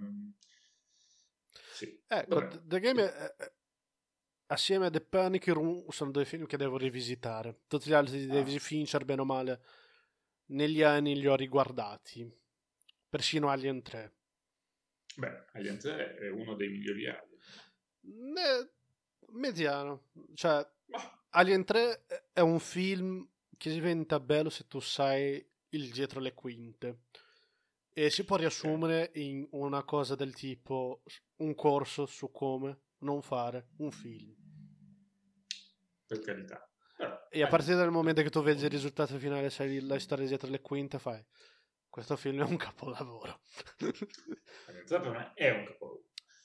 sì. Ecco, The Game assieme a The Panic Room sono due film che devo rivisitare. Tutti gli altri di David Fincher, bene o male, negli anni li ho riguardati. Persino Alien 3. Alien 3 è uno dei migliori Alien. Mediano. Cioè, Alien 3 è un film che diventa bello se tu sai il dietro le quinte. E si può riassumere in una cosa del tipo un corso su come non fare un film. per carità. E a partire dal momento che tu vedi il risultato finale, sai la storia dietro le quinte, fai: questo film è un capolavoro. Per me è un capolavoro.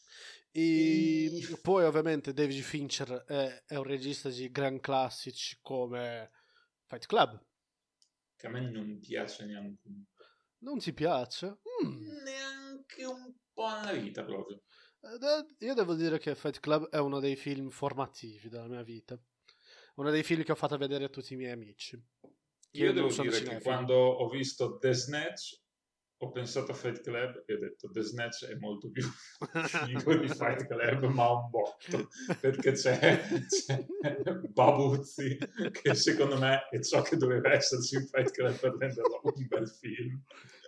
E poi ovviamente David Fincher è un regista di gran classici come Fight Club. Che a me non piace neanche un po'. Non ti piace? Neanche un po' nella vita proprio. Io devo dire che Fight Club è uno dei film formativi della mia vita. Uno dei film che ho fatto vedere a tutti i miei amici. Io devo dire che quando ho visto The Snatch ho pensato a Fight Club e ho detto The Snatch è molto più figo di Fight Club, ma un botto, perché c'è Babuzzi, che secondo me è ciò che doveva esserci in Fight Club per renderlo un bel film.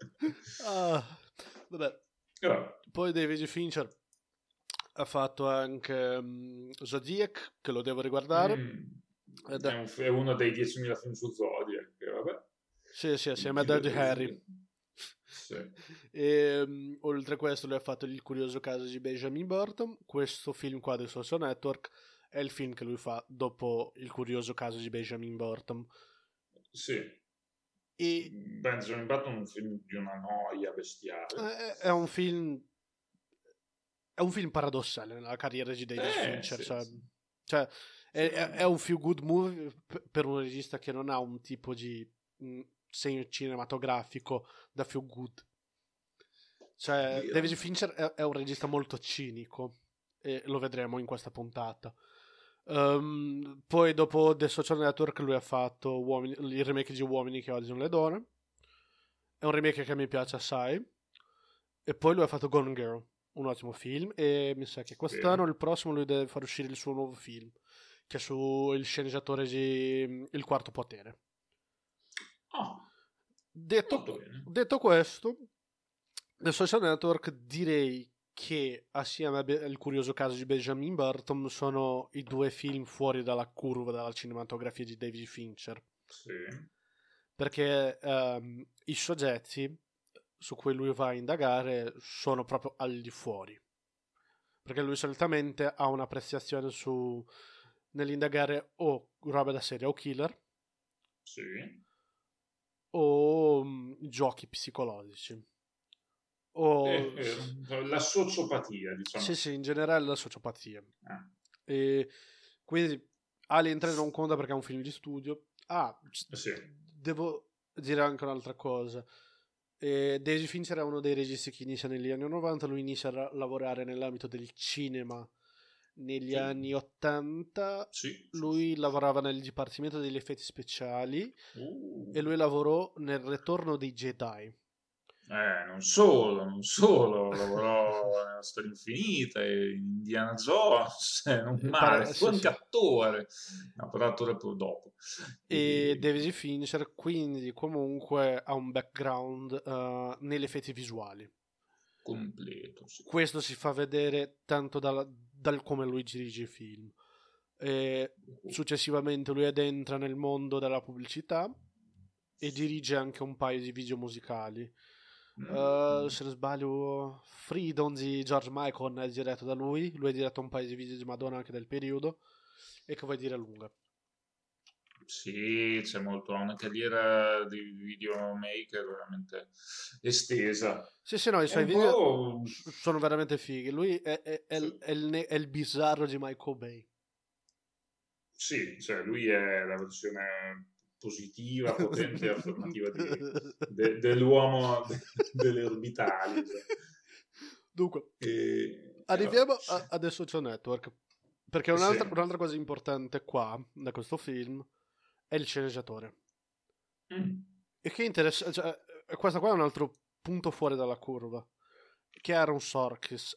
Vabbè. Poi David Fincher ha fatto anche Zodiac, che lo devo riguardare. È uno dei 10.000 film su Zodiac, vabbè. Sì, assieme a Dirty Harry. Sì. E oltre a questo lui ha fatto Il curioso caso di Benjamin Button. Questo film qua del Social Network è il film che lui fa dopo Il curioso caso di Benjamin Button. Sì. E Benjamin Button è un film di una noia bestiale. È un film paradossale nella carriera di David Fincher. Sì. Cioè è un feel good movie per un regista che non ha un tipo di segno cinematografico da feel good. Cioè David Fincher è un regista molto cinico e lo vedremo in questa puntata. Poi dopo The Social Network lui ha fatto il remake di Uomini che odiano le donne. È un remake che mi piace assai. E poi lui ha fatto Gone Girl, un ottimo film, e mi sa che quest'anno, il prossimo, lui deve far uscire il suo nuovo film, che è sul sceneggiatore di Il quarto potere. Detto questo, The Social Network direi che assieme al curioso caso di Benjamin Button sono i due film fuori dalla curva della cinematografia di David Fincher. Sì. Perché i soggetti su cui lui va a indagare sono proprio al di fuori, perché lui solitamente ha un'appreciazione nell'indagare o roba da serial killer, sì, o giochi psicologici o la sociopatia, diciamo. Sì, in generale la sociopatia. E quindi Alien 3 non conta perché è un film di studio. Sì. Devo dire anche un'altra cosa. David Fincher è uno dei registi che inizia negli anni 90. Lui inizia a lavorare nell'ambito del cinema negli anni 80. Lui lavorava nel dipartimento degli effetti speciali e lui lavorò nel Ritorno dei Jedi. Non solo lavorò nella Storia Infinita, Indiana Jones, non male, fu anche attore, però attore poi dopo. E David Fincher quindi comunque ha un background negli effetti visuali completo. Sì. Questo si fa vedere tanto dal come lui dirige i film. Successivamente lui addentra nel mondo della pubblicità e dirige anche un paio di video musicali. Se non sbaglio, Freedom di George Michael è diretto da lui ha diretto un paio di video di Madonna anche del periodo, e che vuoi dire lunga. Sì, c'è molto, una carriera di videomaker veramente estesa. Sì, no, i suoi video sono veramente fighi. Lui è il bizzarro di Michael Bay. Sì, cioè lui è la versione positiva, potente e affermativa dell'uomo delle orbitali. Cioè. Dunque, arriviamo a The Social Network, perché un'altra cosa importante qua, da questo film, è il sceneggiatore. E che interessa, cioè, questo qua è un altro punto fuori dalla curva, che è Aaron Sorkin.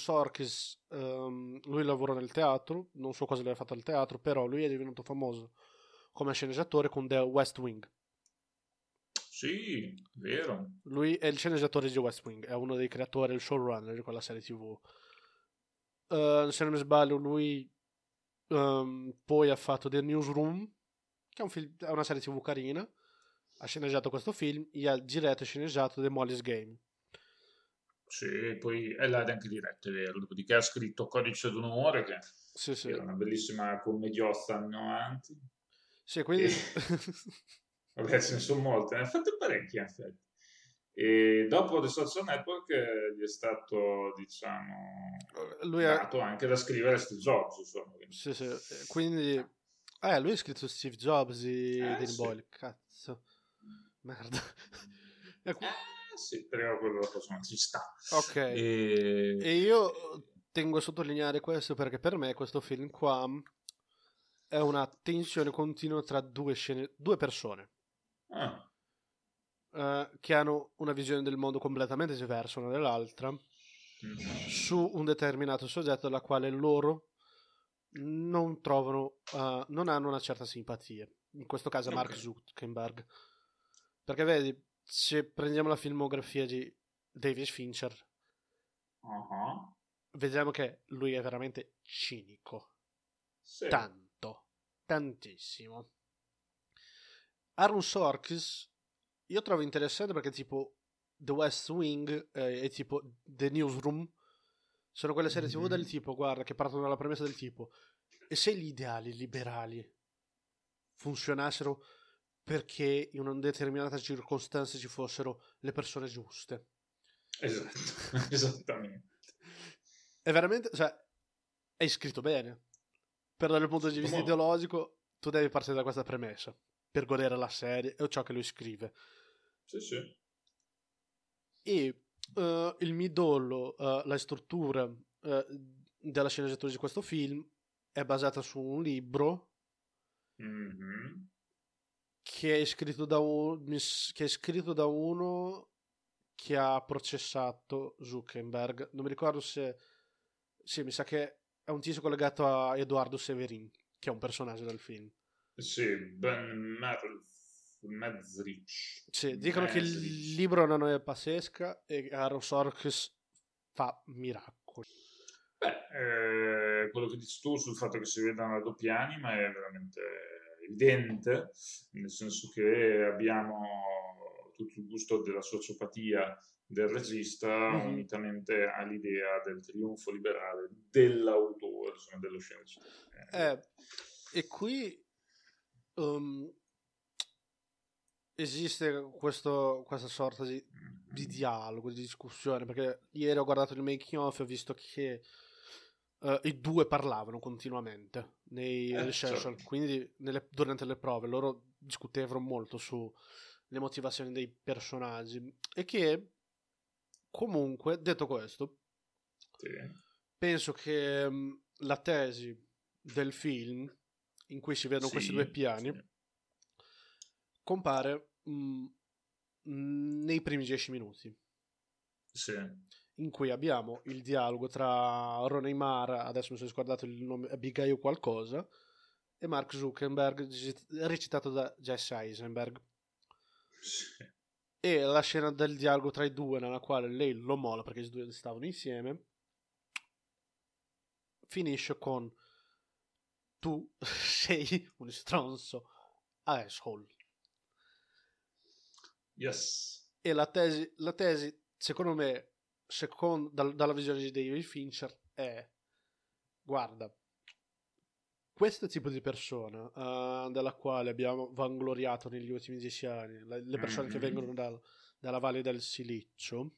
Lui lavora nel teatro, non so cosa lui ha fatto al teatro, però lui è divenuto famoso come sceneggiatore con The West Wing. Sì, vero. Lui è il sceneggiatore di West Wing, è uno dei creatori, il showrunner di quella serie TV. Se non mi sbaglio, lui poi ha fatto The Newsroom, che è una serie TV carina. Ha sceneggiato questo film e ha diretto e sceneggiato The Molly's Game. Sì, poi l'ha anche diretto, è vero. Dopodiché ha scritto Codice d'onore, che Sì, sì. Era una bellissima commediozza anni 90. Sì, quindi... Vabbè, ce ne sono molte, ne ha fatte parecchie in effetti. E dopo The Social Network gli è stato, diciamo, lui ha... dato anche da scrivere Steve Jobs, insomma. Sì, sì. Quindi... lui ha scritto Steve Jobs e Danny Sì. Boyle, cazzo. Merda. Sì, però quello insomma, ci sta. Ok. E io tengo a sottolineare questo perché per me questo film qua è una tensione continua tra due persone che hanno una visione del mondo completamente diversa una dall'altra su un determinato soggetto alla quale loro non trovano, non hanno una certa simpatia. In questo caso Mark Zuckerberg. Perché vedi, se prendiamo la filmografia di David Fincher, vediamo che lui è veramente cinico. sì. Tantissimo. Aaron Sorkin io trovo interessante perché tipo The West Wing e tipo The Newsroom sono quelle serie TV del tipo, guarda, che partono dalla premessa del tipo, e se gli ideali liberali funzionassero perché in una determinata circostanza ci fossero le persone giuste. Esatto, esattamente. È veramente, cioè, è scritto bene. Però dal punto di vista ideologico tu devi partire da questa premessa per godere la serie e ciò che lui scrive. Sì, sì. E il midollo, la struttura della sceneggiatura di questo film è basata su un libro che è scritto da uno che ha processato Zuckerberg. Non mi ricordo se... Sì, mi sa che è un tizio collegato a Edoardo Severin, che è un personaggio del film. Sì, Ben Mezrich. Sì, dicono che il libro è una noia pazzesca e Aaron Sorkin fa miracoli. Beh, quello che dici tu sul fatto che si veda una doppia anima è veramente evidente, nel senso che abbiamo tutto il gusto della sociopatia del regista unitamente all'idea del trionfo liberale dell'autore, insomma, dello sceneggiatore. E qui esiste questa sorta di dialogo, di discussione, perché ieri ho guardato il making of e ho visto che i due parlavano continuamente nei rehearsal, certo. Quindi durante le prove loro discutevano molto sulle motivazioni dei personaggi e che comunque, detto questo, sì. penso che la tesi del film in cui si vedono questi due piani compare nei primi 10 minuti in cui abbiamo il dialogo tra Rooney Mara, adesso mi sono scordato il nome, Abigail qualcosa, e Mark Zuckerberg, recitato da Jesse Eisenberg. E la scena del dialogo tra i due nella quale lei lo molla perché i due stavano insieme finisce con: tu sei un stronzo asshole. Yes. E la tesi secondo me, dalla visione di David Fincher, è: guarda, questo tipo di persona della quale abbiamo vangloriato negli ultimi 10 anni, le persone che vengono dalla Valle del Silicio,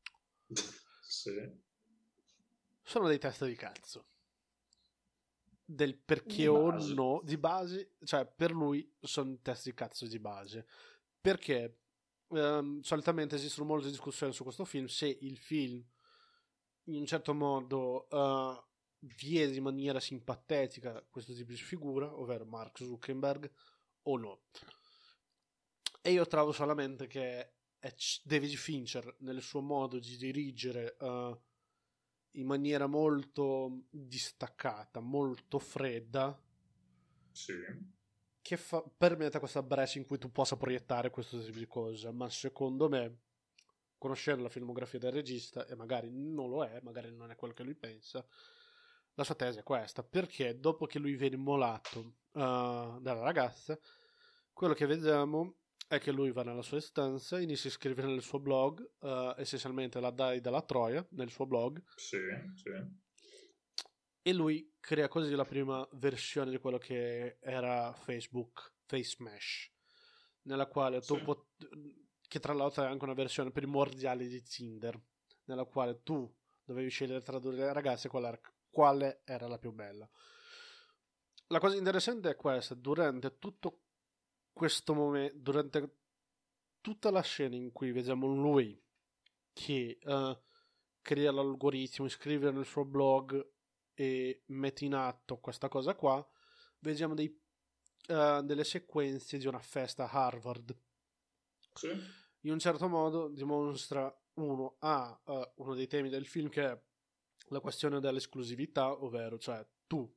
sono dei testa di cazzo. Del perché o no di base, cioè per lui sono testi di cazzo di base, perché solitamente esistono molte discussioni su questo film, se il film in un certo modo viene in maniera simpatetica questo tipo di figura, ovvero Mark Zuckerberg, o no. E io trovo solamente che David Fincher, nel suo modo di dirigere in maniera molto distaccata, molto fredda, che permette questa breccia in cui tu possa proiettare questo tipo di cose. Ma secondo me, conoscendo la filmografia del regista, e magari non lo è, magari non è quello che lui pensa, la sua tesi è questa: perché dopo che lui viene immolato dalla ragazza, quello che vediamo è che lui va nella sua stanza, inizia a scrivere nel suo blog, essenzialmente la dai dalla Troia nel suo blog, E lui crea così la prima versione di quello che era Facebook, FaceMesh, nella quale Sì. che tra l'altro è anche una versione primordiale di Tinder, nella quale tu dovevi scegliere tra due ragazze quale era la più bella. La cosa interessante è questa: durante tutto questo momento, durante tutta la scena in cui vediamo lui che crea l'algoritmo, scrive nel suo blog e mette in atto questa cosa qua, vediamo delle sequenze di una festa a Harvard. Sì. In un certo modo dimostra uno dei temi del film, che è la questione dell'esclusività, ovvero cioè tu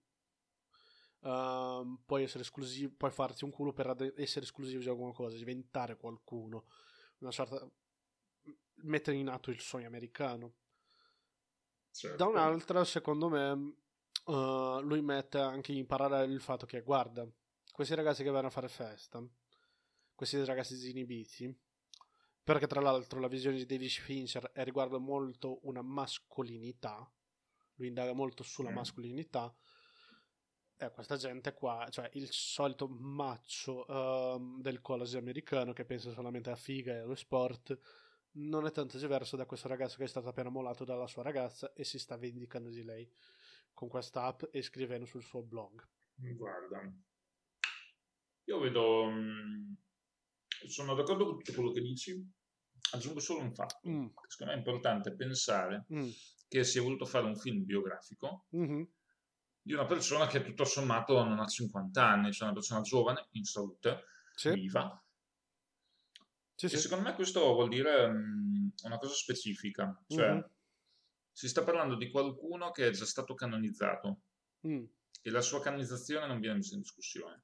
puoi essere esclusivo, puoi farti un culo per essere esclusivo di alguna cosa, diventare qualcuno, una sorta, mettere in atto il sogno americano. Certo. Da un'altra, secondo me, lui mette anche in parallelo il fatto che, guarda, questi ragazzi che vanno a fare festa, questi ragazzi disinibiti, perché tra l'altro la visione di David Fincher riguarda molto una mascolinità, lui indaga molto sulla mascolinità, questa gente qua, cioè il solito macho del college americano che pensa solamente a figa e allo sport, non è tanto diverso da questo ragazzo che è stato appena mollato dalla sua ragazza e si sta vendicando di lei con questa app e scrivendo sul suo blog. Guarda, io vedo, sono d'accordo con tutto quello che dici, aggiungo solo un fatto, che secondo me è importante pensare che si è voluto fare un film biografico di una persona che tutto sommato non ha 50 anni, cioè una persona giovane, in salute, viva. E secondo me questo vuol dire una cosa specifica, cioè si sta parlando di qualcuno che è già stato canonizzato e la sua canonizzazione non viene messa in discussione.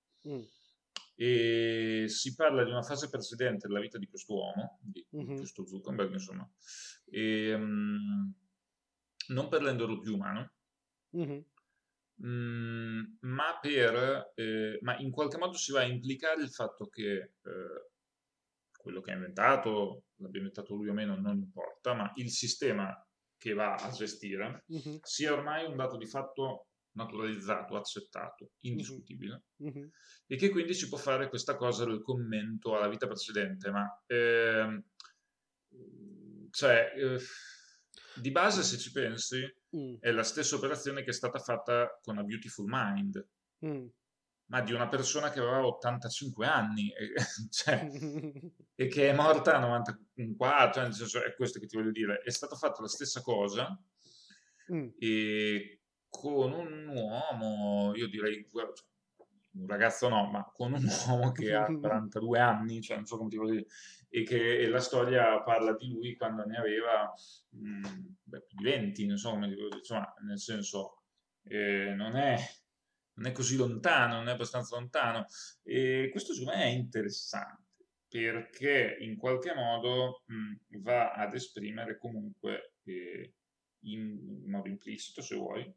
E si parla di una fase precedente della vita di quest'uomo, di questo Zuckerberg, insomma, e, non per renderlo più umano, ma in qualche modo si va a implicare il fatto che quello che ha inventato, l'abbia inventato lui o meno, non importa, ma il sistema che va a gestire sia ormai un dato di fatto naturalizzato, accettato, indiscutibile, e che quindi si può fare questa cosa del commento alla vita precedente, ma di base, se ci pensi, è la stessa operazione che è stata fatta con A Beautiful Mind, ma di una persona che aveva 85 anni e che è morta a 94, nel senso, è questo che ti voglio dire. È stata fatta la stessa cosa e con un uomo, io direi, un ragazzo no, ma con un uomo che ha 42 anni, cioè non so come ti voglio dire, e la storia parla di lui quando ne aveva più di 20, non so come ti voglio dire, insomma, nel senso, non è così lontano, non è abbastanza lontano, e questo secondo me è interessante perché in qualche modo va ad esprimere comunque in modo implicito, se vuoi,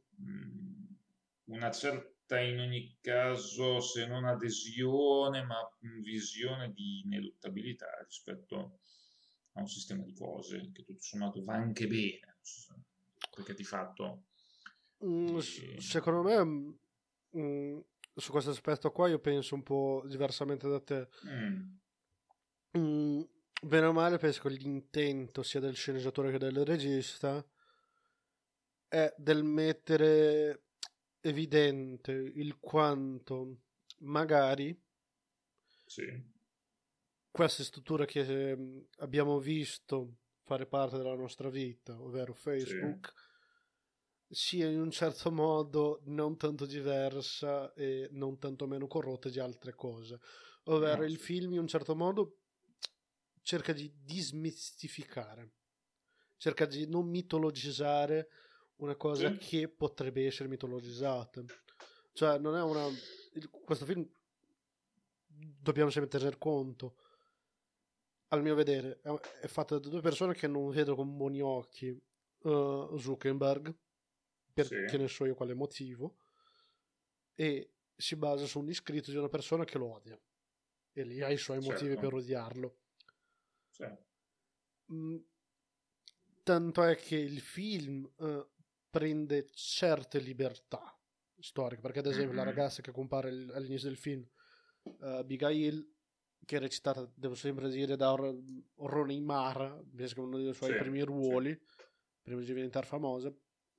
una certa, in ogni caso, se non adesione, ma visione di ineluttabilità rispetto a un sistema di cose che tutto sommato va anche bene, perché di fatto secondo me su questo aspetto qua io penso un po' diversamente da te. Bene o male penso che l'intento sia del sceneggiatore che del regista è del mettere evidente il quanto magari queste strutture che abbiamo visto fare parte della nostra vita, ovvero Facebook, sia in un certo modo non tanto diversa e non tanto meno corrotta di altre cose, ovvero il film in un certo modo cerca di dismistificare, cerca di non mitologizzare una cosa che potrebbe essere mitologizzata, cioè non è questo film, dobbiamo sempre tener conto, al mio vedere è fatto da due persone che non vedo con buoni occhi Zuckerberg, perché ne so io quale motivo, e si basa su un iscritto di una persona che lo odia e lì ha i suoi motivi per odiarlo. Tanto è che il film prende certe libertà storiche, perché ad esempio la Mhm. ragazza che compare all'inizio del film, Abigail, che è recitata, devo sempre dire, da Rooney Mara, penso che è uno dei suoi Sì, primi sì. ruoli, prima di diventare famosa.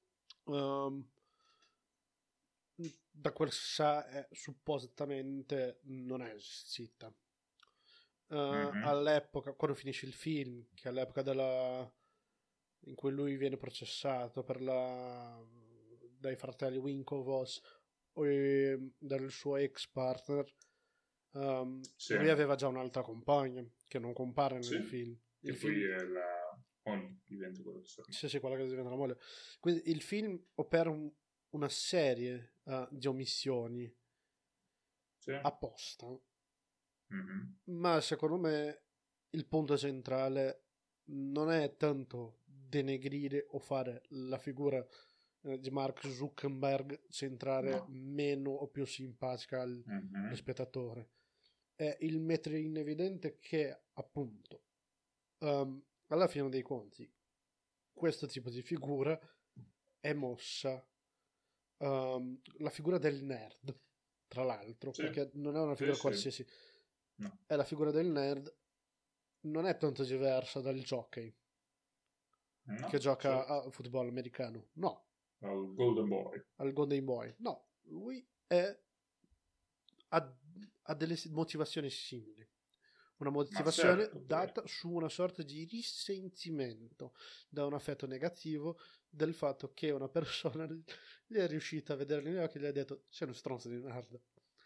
Da quel che si sa, suppostamente non è zitta. Mhm. All'epoca, quando finisce il film, che è all'epoca in cui lui viene processato dai fratelli Winklevoss e dal suo ex partner, Sì, lui aveva già un'altra compagna che non compare sì, nel film. che Il poi film, è la diventa quello che serve. sì, quella che diventa la moglie. Quindi il film opera una serie di omissioni Sì. apposta, Mhm. ma secondo me il punto centrale non è tanto denegrire o fare la figura di Mark Zuckerberg centrare No. meno o più simpatica allo Mhm. spettatore, è il mettere in evidente che appunto alla fine dei conti questo tipo di figura è mossa, la figura del nerd, tra l'altro, Sì, perché non è una sì, figura sì. qualsiasi, No. è la figura del nerd, non è tanto diversa dal jockey che No, gioca certo. a football americano, no, Al Golden Boy. al Golden Boy, no, lui è, ha, ha delle motivazioni simili. Una Ma motivazione certo, poi. data su una sorta di risentimento da un affetto negativo del fatto che una persona gli è riuscita a vedere negli occhi e gli ha detto sei uno stronzo di merda.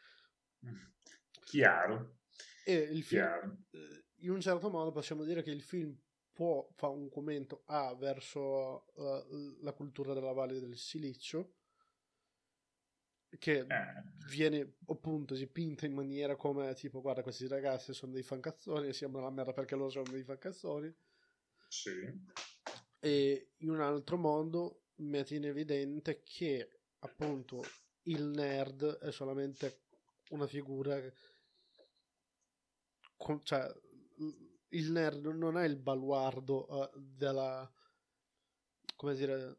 Chiaro. E il film, Chiaro. in un certo modo possiamo dire che il film può fare un commento verso la cultura della Valle del Silicio, che Eh, viene appunto dipinta in maniera come tipo guarda questi ragazzi sono dei fancazzoni e siamo la merda perché loro sono dei fancazzoni, sì. e in un altro modo mette in evidente che appunto il nerd è solamente una figura cioè il nerd non è il baluardo della, come dire,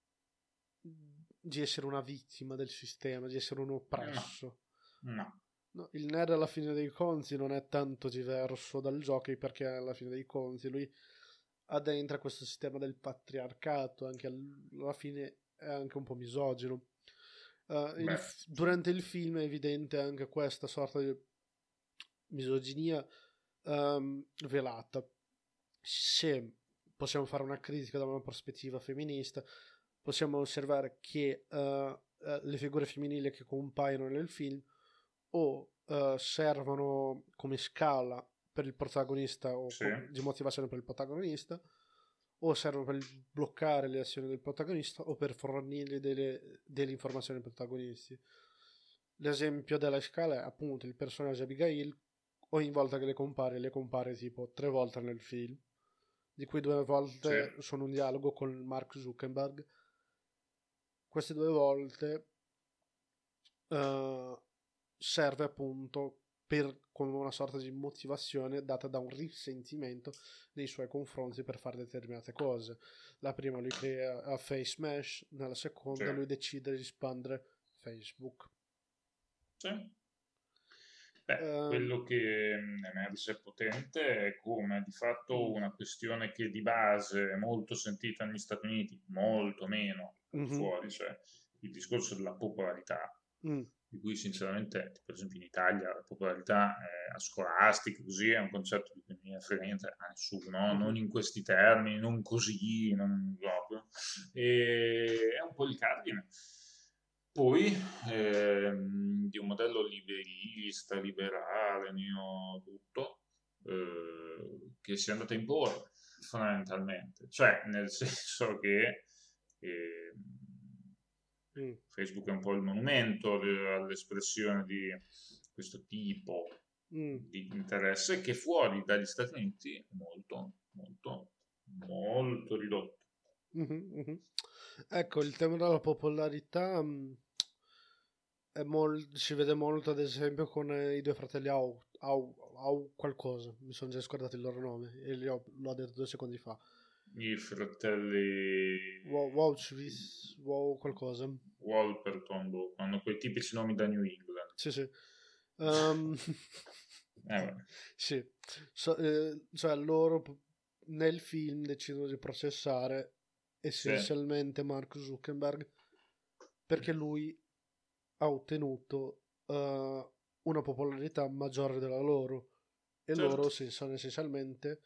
di essere una vittima del sistema, di essere un No, oppresso. no. No, il nerd alla fine dei conti non è tanto diverso dal jockey perché alla fine dei conti lui addentra questo sistema del patriarcato, anche alla fine è anche un po' misogino. Beh, sì. Durante il film è evidente anche questa sorta di misoginia velata. Se possiamo fare una critica da una prospettiva femminista, possiamo osservare che le figure femminili che compaiono nel film o servono come scala per il protagonista o Sì. di motivazione per il protagonista, o servono per bloccare le azioni del protagonista o per fornirgli delle informazioni ai protagonisti. L'esempio della scala è appunto il personaggio Abigail, ogni volta che le compare tipo 3 volte nel film, di cui 2 volte Sì. sono un dialogo con Mark Zuckerberg. Queste 2 volte serve appunto come una sorta di motivazione data da un risentimento nei suoi confronti per fare determinate cose. La prima lui crea a Face Mesh, nella seconda Sì. lui decide di espandere Facebook. Sì. Beh, quello che emerge potente è come di fatto una questione che di base è molto sentita negli Stati Uniti, molto meno al di fuori, cioè il discorso della popolarità, di cui sinceramente, per esempio in Italia, la popolarità scolastica, così è un concetto di cui non frega niente a nessuno, non in questi termini, non così, non proprio, e è un po' il cardine. Poi di un modello liberista, liberale, tutto, che si è andato a imporre fondamentalmente, cioè nel senso che Facebook è un po' il monumento all'espressione di questo tipo di interesse che fuori dagli Stati Uniti è molto, molto, molto ridotto. Ecco, il tema della popolarità si vede molto ad esempio con i due fratelli Au qualcosa, mi sono già scordato il loro nome e l'ho detto 2 secondi fa. I fratelli Wow qualcosa. Wolperton, hanno quei tipici nomi da New England. Sì. Sì. Cioè loro nel film decidono di processare essenzialmente Mark Zuckerberg perché lui ha ottenuto una popolarità maggiore della loro e loro sono essenzialmente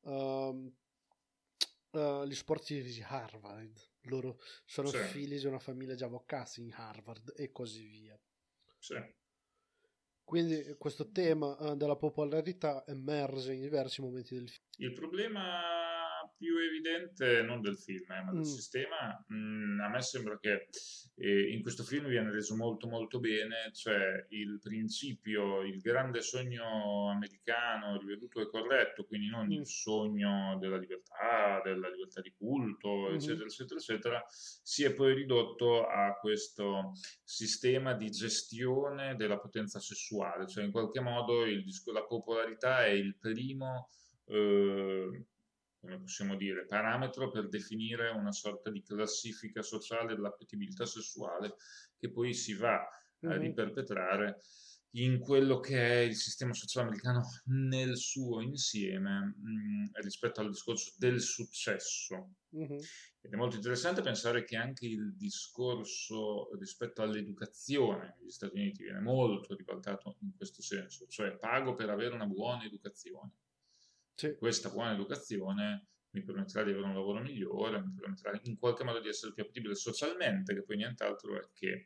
gli sportivi di Harvard. Loro sono figli di una famiglia di avvocati in Harvard e così via. Quindi questo tema della popolarità emerge in diversi momenti del film. Il problema più evidente, non del film, ma del sistema, a me sembra che in questo film viene reso molto molto bene, cioè il principio, il grande sogno americano riveduto e corretto, quindi non il sogno della libertà di culto, eccetera, eccetera, eccetera, si è poi ridotto a questo sistema di gestione della potenza sessuale, cioè in qualche modo la popolarità è il primo come possiamo dire, parametro per definire una sorta di classifica sociale dell'appetibilità sessuale che poi si va a riperpetrare in quello che è il sistema sociale americano nel suo insieme rispetto al discorso del successo. Ed è molto interessante pensare che anche il discorso rispetto all'educazione negli Stati Uniti viene molto ribaltato in questo senso, cioè pago per avere una buona educazione. Questa buona educazione mi permetterà di avere un lavoro migliore, mi permetterà in qualche modo di essere più appetibile socialmente, che poi nient'altro è che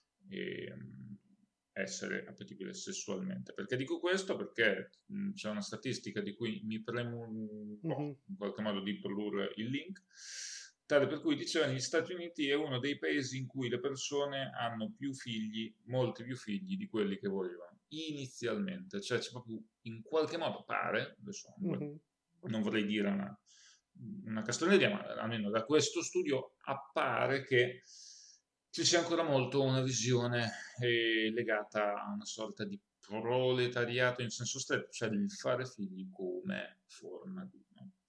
essere appetibile sessualmente. Perché dico questo? Perché c'è una statistica di cui mi premo un po' in qualche modo di produrre il link, tale per cui diceva negli Stati Uniti è uno dei paesi in cui le persone hanno più figli, molti più figli di quelli che volevano inizialmente, cioè c'è proprio in qualche modo pare, adesso non vorrei dire una castroneria, ma almeno da questo studio appare che ci sia ancora molto una visione legata a una sorta di proletariato in senso stretto, cioè il fare figli come forma di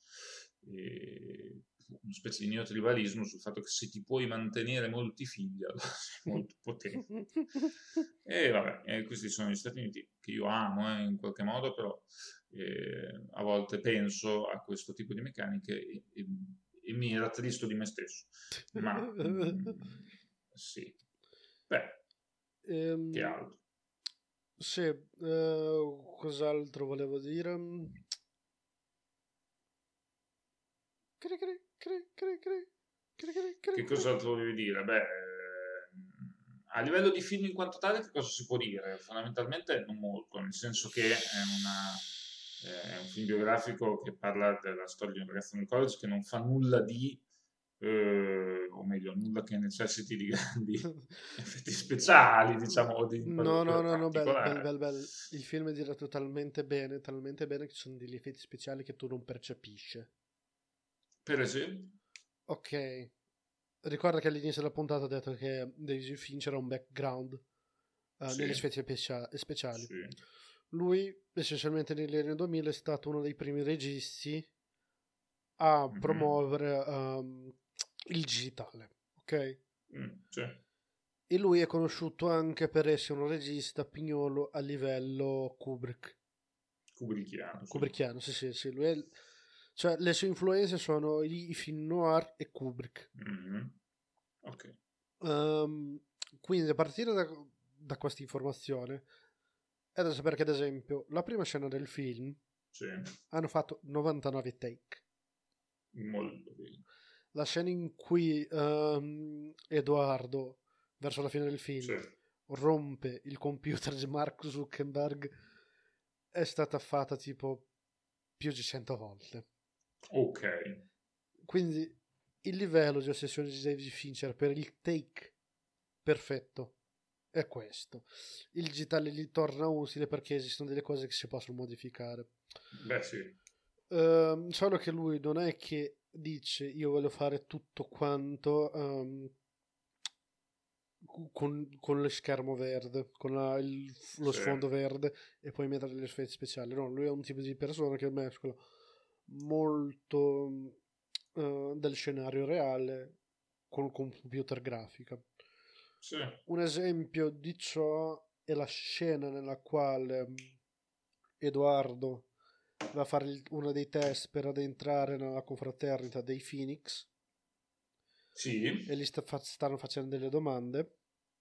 una specie di neotribalismo sul fatto che se ti puoi mantenere molti figli allora sei molto potente. E vabbè, questi sono gli Stati Uniti che io amo in qualche modo, però a volte penso a questo tipo di meccaniche e mi rattristo di me stesso. Ma sì, che altro? Sì, cos'altro volevo dire? Che cos'altro volevi dire? Beh, a livello di film in quanto tale, che cosa si può dire? Fondamentalmente non molto, nel senso che è un film biografico che parla della storia di un ragazzo nel college che non fa nulla di, o meglio, nulla che necessiti di grandi effetti speciali, diciamo, o di no, bel. Il film è diretto talmente bene che ci sono degli effetti speciali che tu non percepisci. Per esempio? Ok. Ricorda che all'inizio della puntata ho detto che David Fincher ha un background negli effetti speciali. Sì. Lui, essenzialmente negli anni 2000, è stato uno dei primi registi a promuovere il digitale, ok? Sì. E lui è conosciuto anche per essere un regista pignolo a livello Kubrickiano, sì. Lui è... Cioè, le sue influenze sono i film noir e Kubrick. Ok. Quindi a partire da questa informazione è da sapere che, ad esempio, la prima scena del film hanno fatto 99 take. Molto bene. La scena in cui Edoardo, verso la fine del film, rompe il computer di Mark Zuckerberg è stata fatta tipo più di 100 volte. Ok. Quindi il livello di ossessione di David Fincher per il take perfetto è questo. Il digitale gli torna utile perché esistono delle cose che si possono modificare. Beh, sì. Solo che lui non è che dice io voglio fare tutto quanto con lo schermo verde, con lo sfondo verde e poi mettere gli effetti speciali. No, lui è un tipo di persona che mescola molto del scenario reale con computer grafica. Sì. Un esempio di ciò è la scena nella quale Edoardo va a fare uno dei test per addentrare nella confraternita dei Phoenix. Sì. E gli stanno facendo delle domande.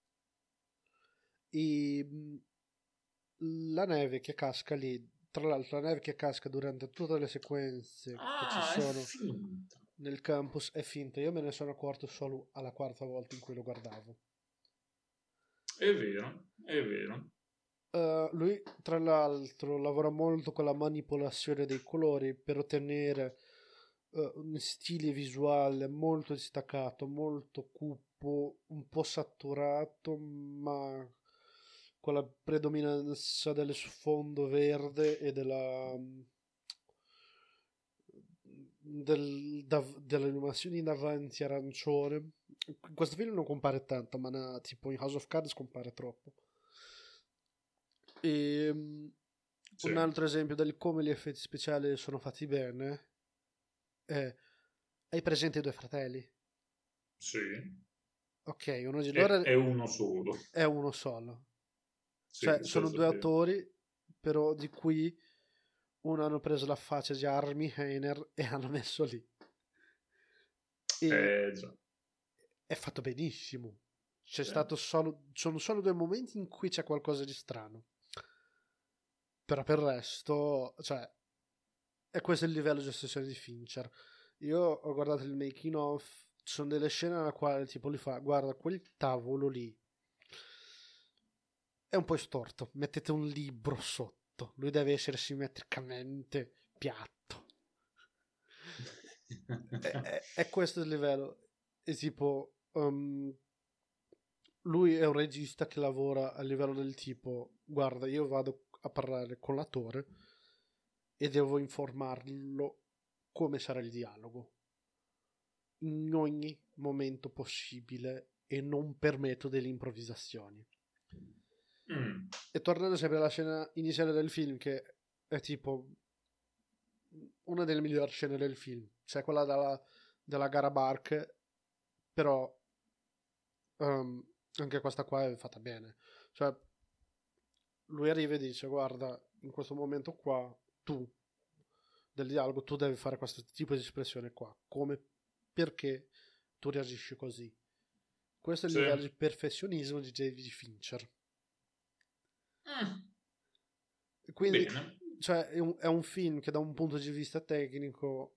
E la neve che casca lì, tra l'altro la neve che casca durante tutte le sequenze che ci sono nel campus è finta. Io me ne sono accorto solo alla quarta volta in cui lo guardavo. È vero, è vero. Lui tra l'altro lavora molto con la manipolazione dei colori per ottenere un stile visuale molto distaccato, molto cupo, un po' saturato, ma con la predominanza del sfondo verde e delle animazioni davanti arancione. In questo film non compare tanto, ma tipo in House of Cards compare troppo. E Sì. un altro esempio del come gli effetti speciali sono fatti bene è: hai presente i due fratelli? Sì. Ok, uno di loro è uno solo. È uno solo. Sì, Cioè sono due attori, però di cui uno hanno preso la faccia di Armie Hammer e hanno messo lì. E già. è fatto benissimo. Sono solo 2 momenti in cui c'è qualcosa di strano. Però per il resto, cioè, è questo il livello di gestione di Fincher. Io ho guardato il making of, ci sono delle scene nella quale tipo lui fa: guarda, quel tavolo lì è un po' storto, mettete un libro sotto, lui deve essere simmetricamente piatto. è questo il livello. E tipo lui è un regista che lavora a livello del tipo: guarda, io vado a parlare con l'attore e devo informarlo come sarà il dialogo in ogni momento possibile e non permetto delle improvvisazioni. E tornando sempre alla scena iniziale del film, che è tipo una delle migliori scene del film, cioè quella della gara barche, però anche questa qua è fatta bene. Cioè lui arriva e dice: guarda, in questo momento qua tu del dialogo tu devi fare questo tipo di espressione qua, perché tu reagisci così. Questo è il livello di perfezionismo di David Fincher. Quindi cioè, è un film che da un punto di vista tecnico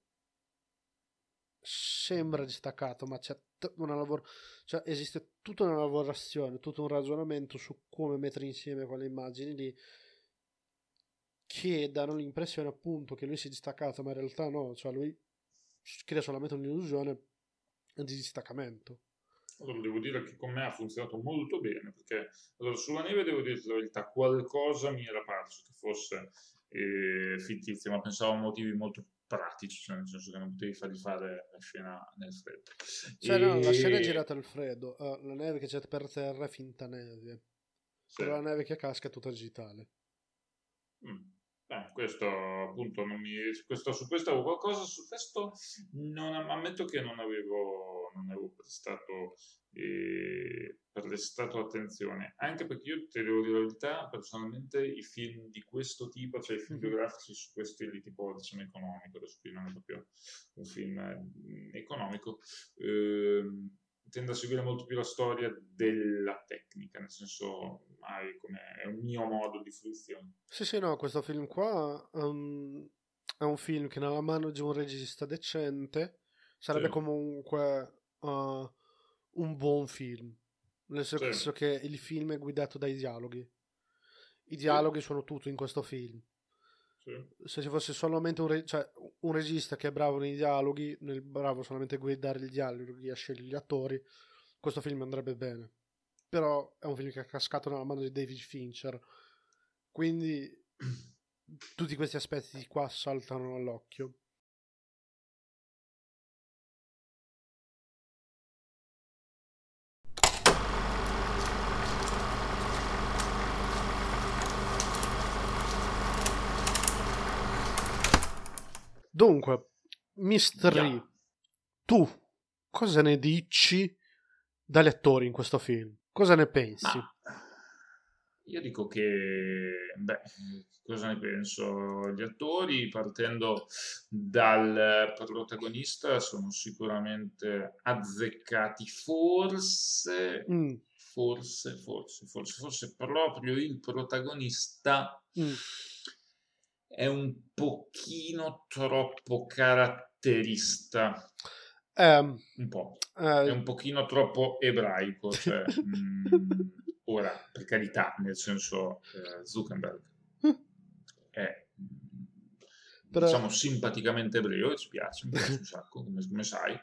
sembra distaccato, ma c'è cioè, esiste tutta una lavorazione, tutto un ragionamento su come mettere insieme quelle immagini lì che danno l'impressione appunto che lui sia distaccato, ma in realtà no, cioè lui crea solamente un'illusione di distaccamento. Allora, devo dire che con me ha funzionato molto bene, perché allora, sulla neve, devo dire la verità, qualcosa mi era parso che fosse fittizio, ma pensavo a motivi molto pratici, cioè nel senso che non potevi fargli fare la scena nel freddo. Cioè no, la scena è girata al freddo, la neve che c'è per terra è finta neve, sì. Però la neve che casca è tutta digitale. Questo appunto non mi... su questo avevo qualcosa, su questo ammetto che non avevo prestato attenzione, anche perché io ti devo dire la verità, personalmente i film di questo tipo, cioè i film biografici su questi lì, tipo diciamo economico, adesso qui non è proprio un film economico, tendo a seguire molto più la storia della tecnica, nel senso è un mio modo di fruizione. Sì, no, questo film qua è un film che nella mano di un regista decente sarebbe comunque un buon film, nel senso che il film è guidato dai dialoghi. I dialoghi sono tutto in questo film. Se ci fosse solamente un regista che è bravo nei dialoghi, bravo solamente a guidare i dialoghi, a scegliere gli attori, questo film andrebbe bene. Però è un film che è cascato nella mano di David Fincher, quindi tutti questi aspetti qua saltano all'occhio. Dunque, Mystery Tu cosa ne dici dagli attori in questo film? Cosa ne pensi? Io dico che, cosa ne penso? Gli attori, partendo dal protagonista, sono sicuramente azzeccati. Forse proprio il protagonista è un pochino troppo caratterista. Un po'. È un pochino troppo ebraico, cioè... Ora, per carità, nel senso, Zuckerberg è, diciamo, simpaticamente ebreo, mi piace un sacco, come sai,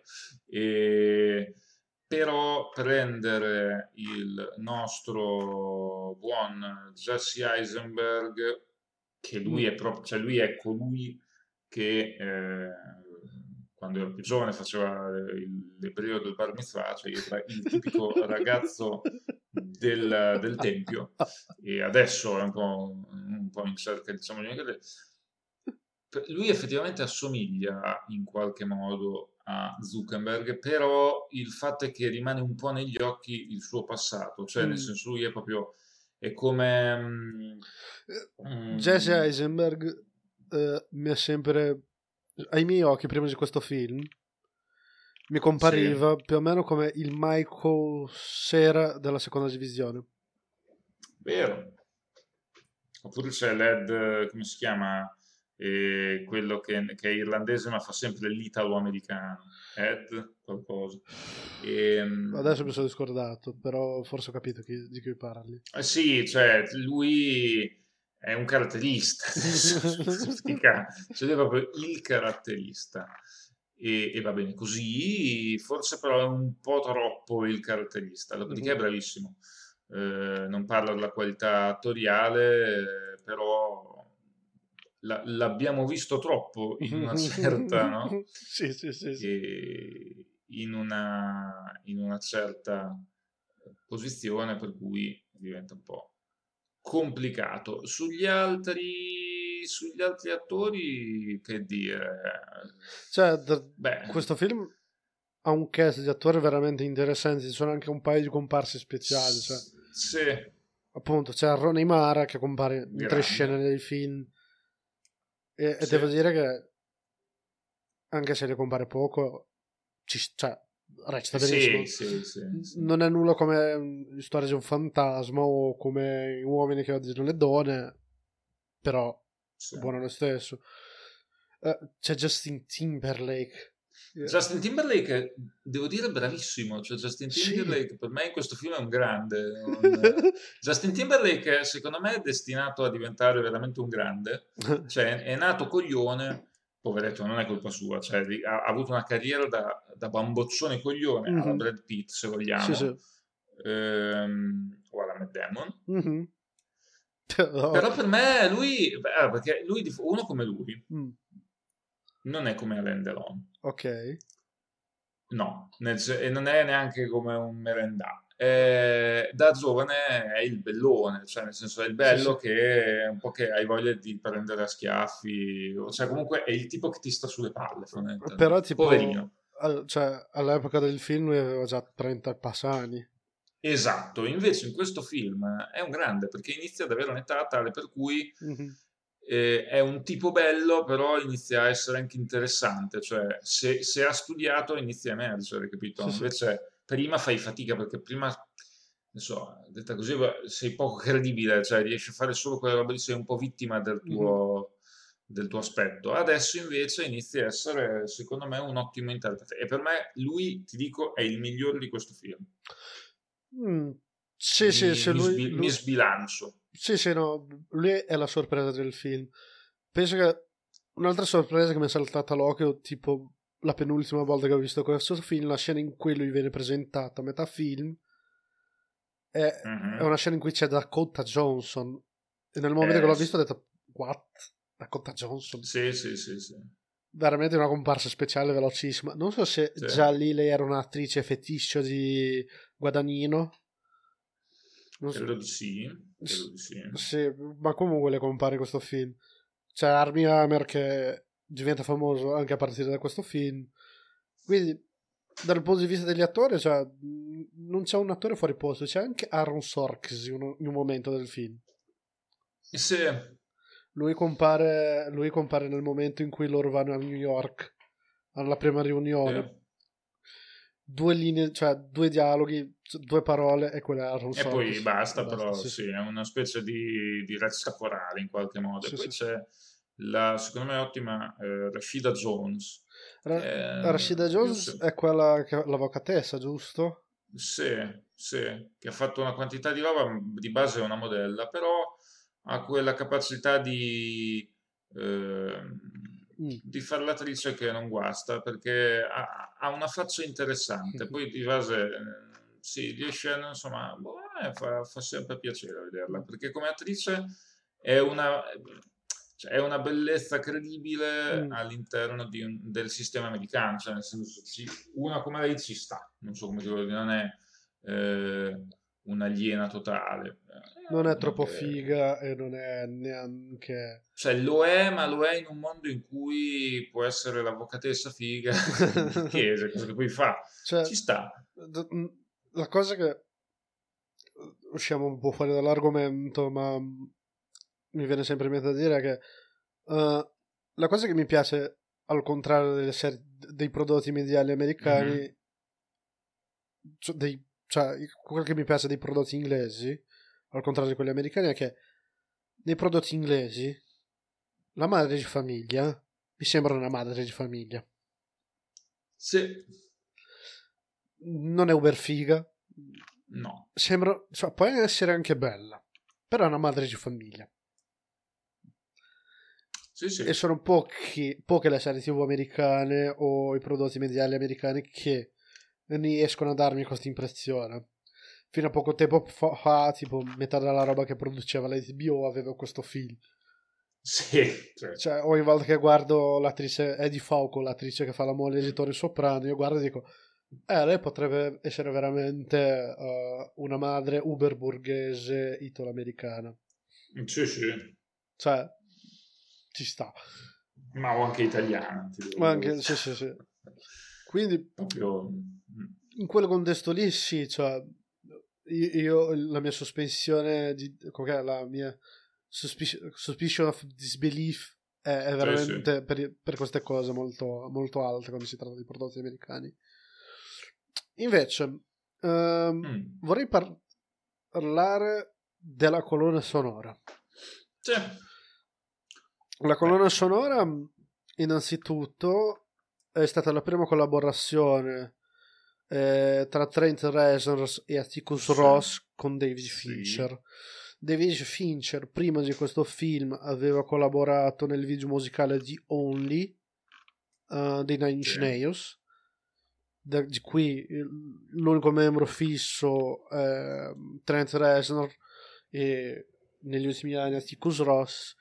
però prendere il nostro buon Jesse Eisenberg, che lui è proprio, cioè lui è colui che quando ero più giovane faceva l'ebreo del bar mitzvah, cioè il tipico ragazzo del tempio, e adesso è un po' in cerca, diciamo, lui effettivamente assomiglia in qualche modo a Zuckerberg, però il fatto è che rimane un po' negli occhi il suo passato, cioè nel senso lui è proprio, è come Jesse Eisenberg mi è sempre, ai miei occhi prima di questo film mi compariva più o meno come il Michael Cera della seconda divisione. Vero. Oppure c'è Led, come si chiama? Quello che è irlandese ma fa sempre l'italo-americano. Ed qualcosa. Adesso mi sono scordato, però forse ho capito di chi parli. Sì, cioè lui è un caratterista. Cioè lui è proprio il caratterista. E va bene così, forse però è un po' troppo il caratterista, dopodiché è bravissimo. Non parla della qualità attoriale, però l'abbiamo visto troppo in una certa, no? Sì. In una certa posizione, per cui diventa un po' complicato. Sugli altri attori, che dire? Cioè, questo film ha un cast di attori veramente interessanti, ci sono anche un paio di comparse speciali, cioè. Sì. Appunto, c'è Rooney Mara che compare in 3 scene del film e devo dire che anche se ne compare poco recita benissimo. Sì. Non è nulla come Storia di un fantasma o come Uomini che odiano le donne, però buono lo stesso. C'è Justin Timberlake. Justin Timberlake, devo dire, bravissimo. Cioè, Justin Timberlake per me in questo film è un grande. Justin Timberlake, secondo me, è destinato a diventare veramente un grande. Cioè, è nato coglione, poveretto, non è colpa sua. Cioè, ha avuto una carriera da bamboccione coglione alla Brad Pitt, se vogliamo, o alla Matt Damon. Però per me lui, perché lui, uno come lui, non è come Alain Delon. Ok. No, e non è neanche come un merendà. Da giovane è il bellone, cioè nel senso è il bello che è un po' che hai voglia di prendere a schiaffi, cioè comunque è il tipo che ti sta sulle palle, però tipo, poverino. Cioè, all'epoca del film lui aveva già 30 passani. Esatto, invece in questo film è un grande perché inizia ad avere un'età tale per cui è un tipo bello, però inizia a essere anche interessante, cioè se ha studiato inizia a emergere, capito? Invece prima fai fatica perché prima, non so, detta così, sei poco credibile, cioè riesci a fare solo quella roba lì, sei un po' vittima del tuo aspetto. Adesso invece inizia a essere, secondo me, un ottimo interprete e per me lui, ti dico, è il migliore di questo film. Mi sbilancio. Sì, no, lui è la sorpresa del film. Penso che un'altra sorpresa che mi è saltata all'occhio, tipo la penultima volta che ho visto questo film, la scena in cui lui viene presentato a metà film è una scena in cui c'è Dakota Johnson e nel momento che l'ho visto ho detto what? Dakota Johnson? Sì. Veramente una comparsa speciale velocissima. Non so se già lì lei era un'attrice feticcio di Guadagnino. Credo di sì. Sì, ma comunque le compare questo film. C'è Armie Hammer che diventa famoso anche a partire da questo film. Quindi dal punto di vista degli attori, cioè, non c'è un attore fuori posto, c'è anche Aaron Sorkin in un momento del film. Se Lui compare nel momento in cui loro vanno a New York alla prima riunione. Due linee, cioè 2 dialoghi, 2 parole e quella è Aaron e Sorkin. poi basta, però sì. sì, è una specie di rezza corale in qualche modo. Sì, e poi sì. c'è la, secondo me, ottima Rashida Jones. Rashida Jones è quella che l'avvocatessa, giusto? Sì, che ha fatto una quantità di roba, di base è una modella, però ha quella capacità di fare l'attrice che non guasta, perché ha una faccia interessante, poi di base sì, riesce, insomma, fa sempre piacere vederla, perché come attrice è cioè, è una bellezza credibile all'interno del sistema americano, cioè nel senso una come lei ci sta, non so come dire, non è un'aliena totale. Non è troppo figa e non è neanche... Cioè lo è, ma lo è in un mondo in cui può essere l'avvocatessa figa di chiesa, cosa che poi fa. Cioè, ci sta. La cosa che... usciamo un po' fuori dall'argomento, ma mi viene sempre in mente da dire che la cosa che mi piace, al contrario delle serie, dei prodotti mediali americani, cioè quello che mi piace dei prodotti inglesi, al contrario di quelli americani, è che nei prodotti inglesi la madre di famiglia mi sembra una madre di famiglia. Sì. Non è uber figa. No. Sembra, cioè, può essere anche bella, però è una madre di famiglia. Sì. E sono poche le serie TV americane o i prodotti mediali americani che riescono a darmi questa impressione. Fino a poco tempo fa, tipo metà della roba che produceva la HBO aveva questo film. Sì. Cioè, ogni volta che guardo l'attrice Eddie Fauco, l'attrice che fa la moglie di Tony Soprano, io guardo e dico lei potrebbe essere veramente una madre uber borghese italo-americana. Sì. Cioè, ci sta. Ma o anche italiana. Ma anche, sì. Quindi, proprio in quel contesto lì, sì, cioè, io la mia sospensione la mia suspicion of disbelief è veramente sì. per queste cose molto, molto alta quando si tratta di prodotti americani. Invece vorrei parlare della colonna sonora. Sì. La colonna sonora, innanzitutto, è stata la prima collaborazione tra Trent Reznor e Atticus Ross con David Fincher. David Fincher, prima di questo film, aveva collaborato nel video musicale di Only dei Nine Inch Nails, di cui l'unico membro fisso è Trent Reznor e negli ultimi anni Atticus Ross.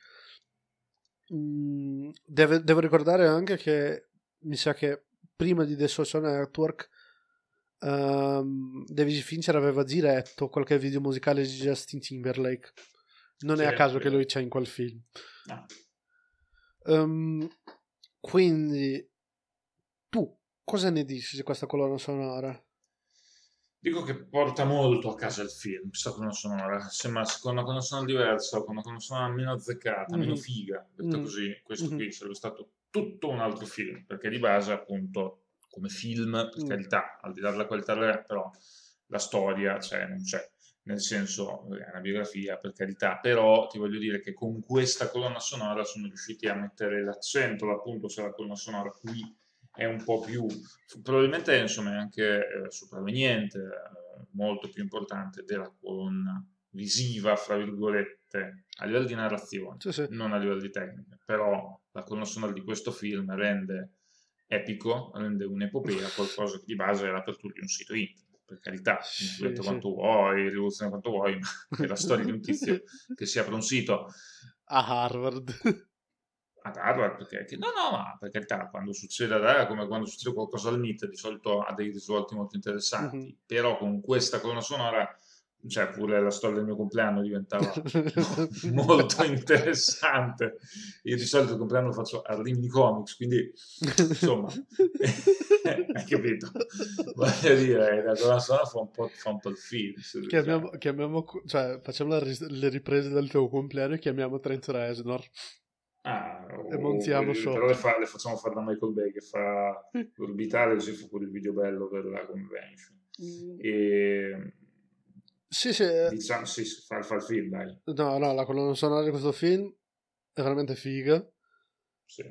Devo ricordare anche che mi sa che prima di The Social Network David Fincher aveva diretto qualche video musicale di Justin Timberlake. Non è a caso che lui c'è in quel film. Quindi tu cosa ne dici di questa colonna sonora? Dico che porta molto a casa il film, questa colonna sonora. Sembra con una colonna sonora diversa, con una colonna sonora meno azzeccata, meno figa. Detto così, questo qui sarebbe stato tutto un altro film, perché di base, appunto, come film, per carità, al di là della qualità, però la storia non c'è. Nel senso, è una biografia, per carità, però ti voglio dire che con questa colonna sonora sono riusciti a mettere l'accento, appunto, se la colonna sonora qui è un po' più, probabilmente insomma è anche sopravveniente, molto più importante della colonna visiva, fra virgolette, a livello di narrazione, non a livello di tecnica, però la colonna sonora di questo film rende epico, rende un'epopea, qualcosa che di base era per tutti un sito internet, per carità, influente quanto vuoi, rivoluzione quanto vuoi, ma è la storia di un tizio che si apre un sito a Harvard, perché ma per carità, quando succede come quando succede qualcosa al MIT di solito ha dei risvolti molto interessanti, però con questa colonna sonora cioè pure la storia del mio compleanno diventava molto interessante. Io di solito il compleanno lo faccio a Rimini Comics, quindi insomma, hai capito? Voglio dire, la colonna sonora fa un po' il film. cioè, facciamo le riprese del tuo compleanno e chiamiamo Trent Reznor. E montiamo però le sopra. facciamo fare da Michael Bay che fa l'orbitale, così fa pure il video bello per la convention. E Sì, sì. diciamo, sì, fa il film, dai. No, la colonna sonora di questo film è veramente figa. Sì.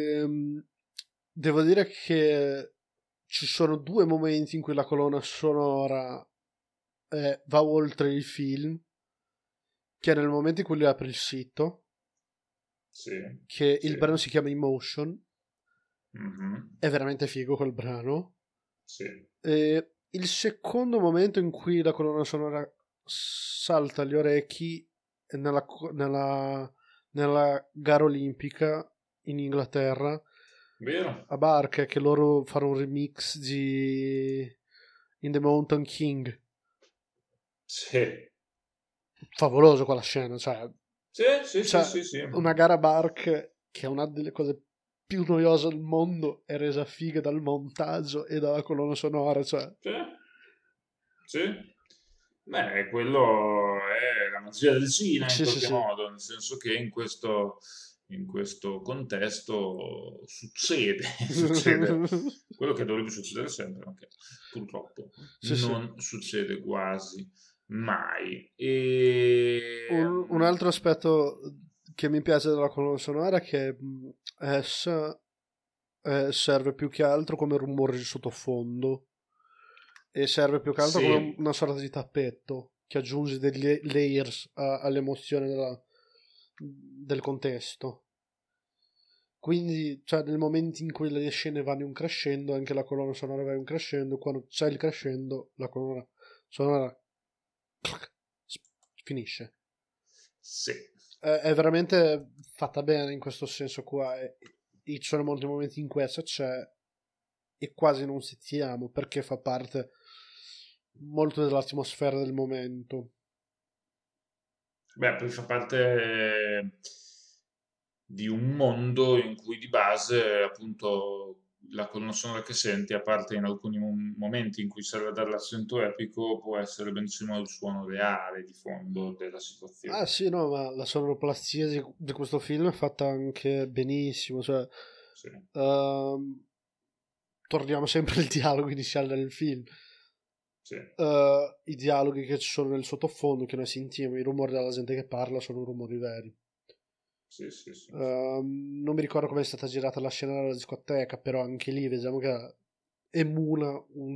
Devo dire che ci sono 2 momenti in cui la colonna sonora va oltre il film, che è nel momento in cui lui apre il sito, sì, che sì. il brano si chiama Emotion. Mm-hmm. È veramente figo quel brano. Sì. E il secondo momento in cui la colonna sonora salta agli orecchi è nella gara olimpica in Inghilterra. Vero? A Barca, che loro fanno un remix di In the Mountain King. Sì. Favoloso quella scena, cioè Sì. una gara Bark che è una delle cose più noiose al mondo è resa figa dal montaggio e dalla colonna sonora, cioè. Sì. Beh, quello è la magia del cinema in qualche modo, nel senso che in questo contesto succede quello che dovrebbe succedere sempre, anche purtroppo non succede quasi mai. Un altro aspetto che mi piace della colonna sonora è che essa serve più che altro come rumore di sottofondo e serve più che altro come una sorta di tappeto che aggiunge degli layers all'emozione del contesto. Quindi, cioè, nel momento in cui le scene vanno in un crescendo, anche la colonna sonora va in un crescendo. Quando c'è il crescendo, la colonna sonora finisce. Sì. È veramente fatta bene in questo senso qua. E ci sono molti momenti in cui essa c'è e quasi non sentiamo, perché fa parte molto dell'atmosfera del momento. Beh, poi fa parte di un mondo in cui di base appunto la colonna sonora che senti, a parte in alcuni momenti in cui serve a dare l'accento epico, può essere benissimo il suono reale di fondo della situazione. Ah sì, no, ma la sonoplastia di questo film è fatta anche benissimo, cioè sì. Torniamo sempre al dialogo iniziale del film. Sì. I dialoghi che ci sono nel sottofondo, che noi sentiamo, i rumori della gente che parla sono rumori veri. Sì. Non mi ricordo come è stata girata la scena della discoteca, però anche lì vediamo che emula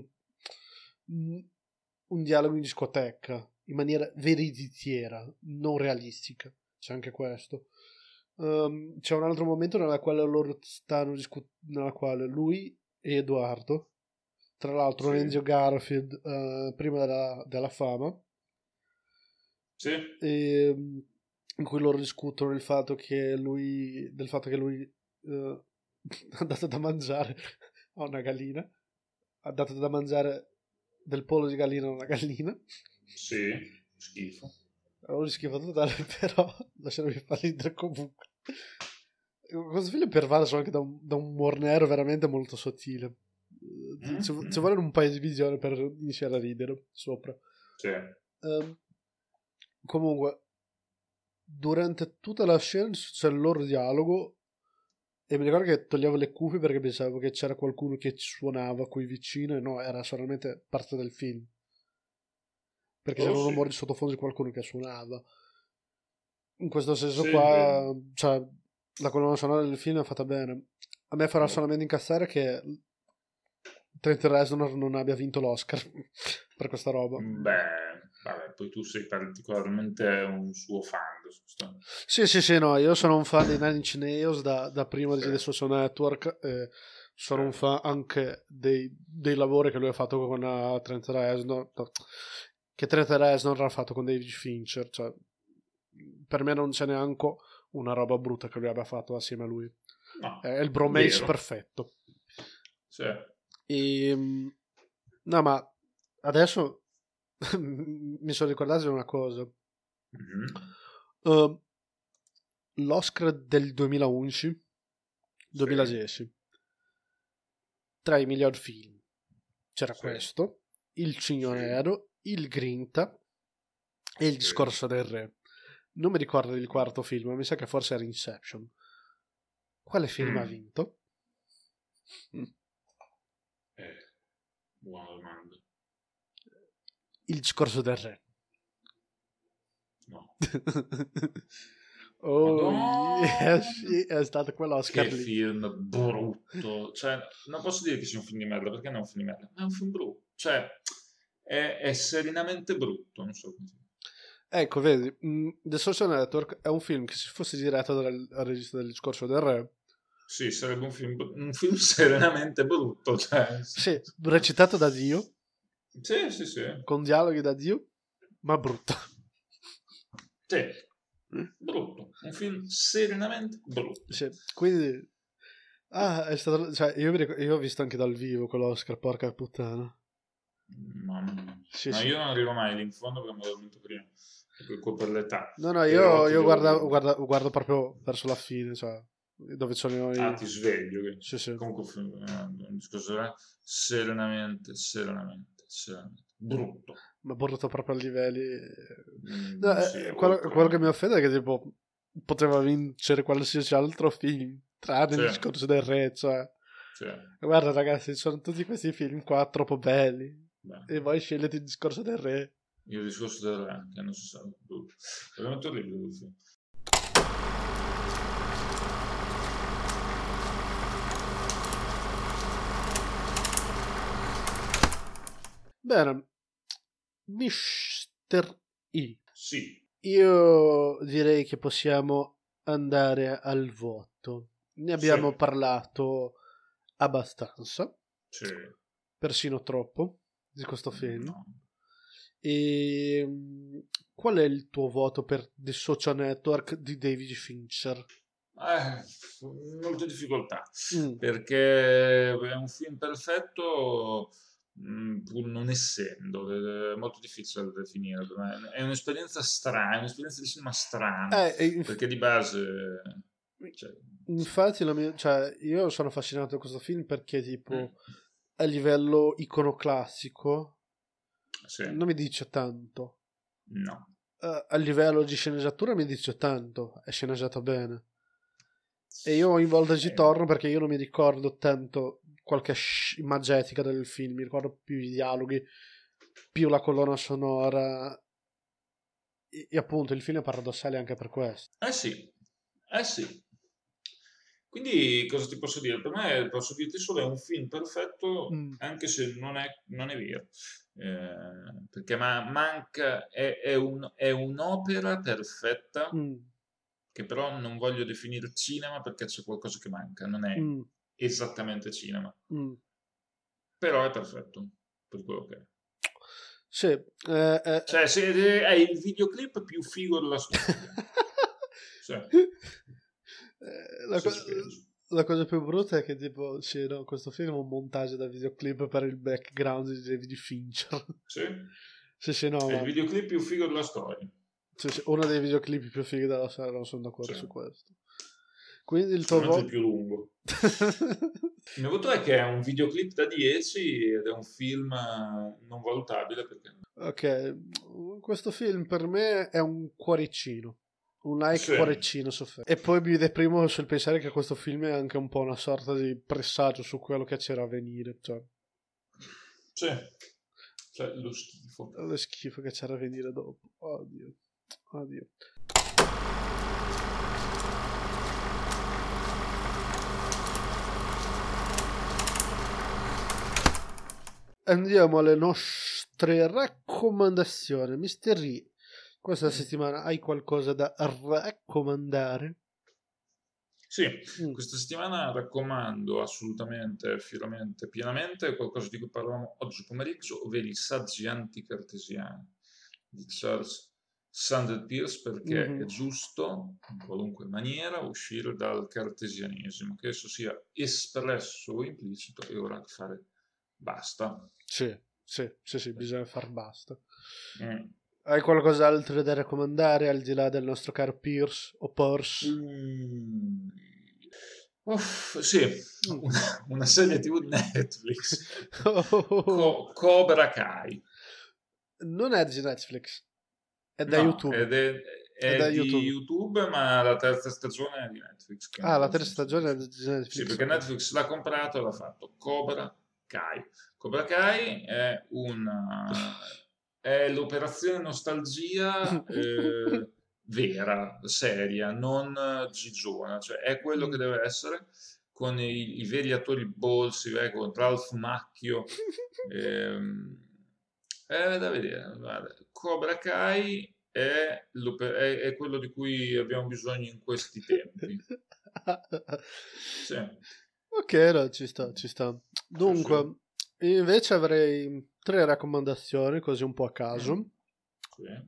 un dialogo in discoteca in maniera veritiera, non realistica. C'è anche questo. C'è un altro momento nella quale loro stanno nella quale lui e Edoardo, tra l'altro Andrew Garfield prima della fama, in cui loro discutono del fatto che lui ha dato da mangiare a una gallina, ha dato da mangiare del pollo di gallina a una gallina. Sì, schifo. Allora schifo totale, però lasciami far ridere comunque. Questo film pervade anche da un humor nero veramente molto sottile. Ci vuole un paio di visioni per iniziare a ridere sopra. Sì. Comunque, durante tutta la scena c'è il loro dialogo e mi ricordo che toglievo le cuffie perché pensavo che c'era qualcuno che suonava qui vicino e no, era solamente parte del film. Perché c'era un rumore di sottofondo di qualcuno che suonava. In questo senso qua, cioè, la colonna sonora del film è fatta bene. A me farà solamente incazzare che Trent Reznor non abbia vinto l'Oscar per questa roba. Beh, vabbè, poi tu sei particolarmente un suo fan. Sì, no, io sono un fan di Nine Inch Nails da prima di The Social Network. Sono un fan anche dei lavori che lui ha fatto con Trent Reznor, che Trent Reznor ha fatto con David Fincher. Cioè, per me non c'è neanche una roba brutta che lui abbia fatto assieme a lui. No, è il bromance perfetto. Sì. No, ma adesso mi sono ricordato di una cosa. Mhm. L'Oscar del 2011-2010, tra i miglior film c'era Sì. questo, Il Cigno Sì. Nero, Il Grinta e Il Discorso del Re. Non mi ricordo il quarto film, ma mi sa che forse era Inception. Quale film ha vinto? Buona domanda. Il Discorso del Re. No. Oh, Madonna! sì, è stato quell'Oscar Che lì. film brutto. Cioè, non posso dire che sia un film di merda, perché non è un film di merda, ma è un film brutto. Cioè, è serenamente brutto, non so come dire. Ecco, vedi, The Social Network è un film che se fosse girato dal regista del Discorso del Re, Sì, sarebbe un film serenamente brutto. Cioè, sì, recitato da Dio, sì, sì, sì. con dialoghi da Dio, ma brutto. Sì, brutto. Un film serenamente brutto. Sì, quindi è stato, cioè, io ho visto anche dal vivo quell'Oscar, porca puttana. Mamma mia. Sì, No, sì. io non arrivo mai lì in fondo perché me l'ho vinto prima, per l'età. No, Però ti io devo dire... guardo proprio verso la fine, cioè, dove sono Ah, i... ti sveglio. Quindi. Sì, sì. Comunque, un discorso serenamente brutto. Ma brutto proprio a livelli... No, Sì, quello che mi oltre... offende è che tipo poteva vincere qualsiasi altro film, tranne Sì, Il Discorso del Re, cioè... sì. Guarda ragazzi, sono tutti questi film qua troppo belli Beh, e voi scegliete Il Discorso del Re. io il discorso del re, che non si sa, brutto. Veramente orribile quel film. Bene, Mr. E. Sì, Io direi che possiamo andare al voto. Ne sì, abbiamo parlato abbastanza, sì. persino troppo, di questo film. No. E qual è il tuo voto per The Social Network di David Fincher? Molte difficoltà Mm. perché è un film perfetto, pur non essendo, è molto difficile da definire per me. È un'esperienza strana, è un'esperienza di cinema strana perché di base, cioè, Infatti cioè, io sono affascinato da questo film perché tipo mm, a livello iconoclassico sì, non mi dice tanto. no, A livello di sceneggiatura mi dice tanto, è sceneggiato bene. E io ogni volta ci torno perché io non mi ricordo tanto qualche immagetica del film, mi ricordo più i dialoghi, più la colonna sonora. E appunto il film è paradossale anche per questo. sì, sì. Quindi cosa ti posso dire? Per me posso dirti solo è un film perfetto, Mm, anche se non è vero. Perché manca, è un'opera perfetta, mm, che però non voglio definire cinema perché c'è qualcosa che manca, non è mm, esattamente cinema, mm. però è perfetto per quello che è. Sì, Cioè, è il videoclip più figo della storia. Sì, La, se co- ci penso. la cosa più brutta è che tipo sì, no, questo film è un montaggio da videoclip per il background di David Fincher. Sì, Sì, sì, no, è il ma videoclip più figo della storia. sì, sì, uno dei videoclip più fighi della serie, non sono Sì. d'accordo su questo. Quindi il tuo Sicuramente il voto... più lungo. Il mio voto è che è un videoclip da 10 ed è un film non valutabile perché... Ok, questo film per me è un cuoricino. Un like Sì, cuoricino su Facebook. E poi mi deprimo sul pensare che questo film è anche un po' una sorta di presagio su quello che c'era a venire. Cioè, sì, cioè lo schifo. lo schifo che c'era a venire dopo. Oddio. Oddio. Andiamo alle nostre raccomandazioni. Mister Ri, questa settimana hai qualcosa da raccomandare? Sì, Mm. questa settimana raccomando assolutamente, fieramente, pienamente qualcosa di cui parlavamo oggi pomeriggio, ovvero i saggi anticartesiani di Charles Sanders Peirce, perché è Mhm. giusto, in qualunque maniera, uscire dal cartesianesimo, che esso sia espresso o implicito, è ora di fare basta. Sì. Sì, bisogna far basta. Mm. Hai qualcos'altro da raccomandare al di là del nostro caro Pierce o Purse? Sì, una serie TV Netflix. Oh. Cobra Kai. Non è di Netflix, è da No, YouTube. è da di YouTube. YouTube, ma la terza stagione è di Netflix. La terza stagione è di Netflix. Sì, perché Netflix l'ha comprato e l'ha fatto. Cobra Kai. Cobra Kai è l'operazione nostalgia vera, seria, non gigiona, cioè è quello che deve essere, con i veri attori bolsi, con Ralph Macchio. È da vedere. Guarda. Cobra Kai è quello di cui abbiamo bisogno in questi tempi. Sì. Ok, no, ci sta. Dunque, invece avrei 3 raccomandazioni, così un po' a caso. Sì.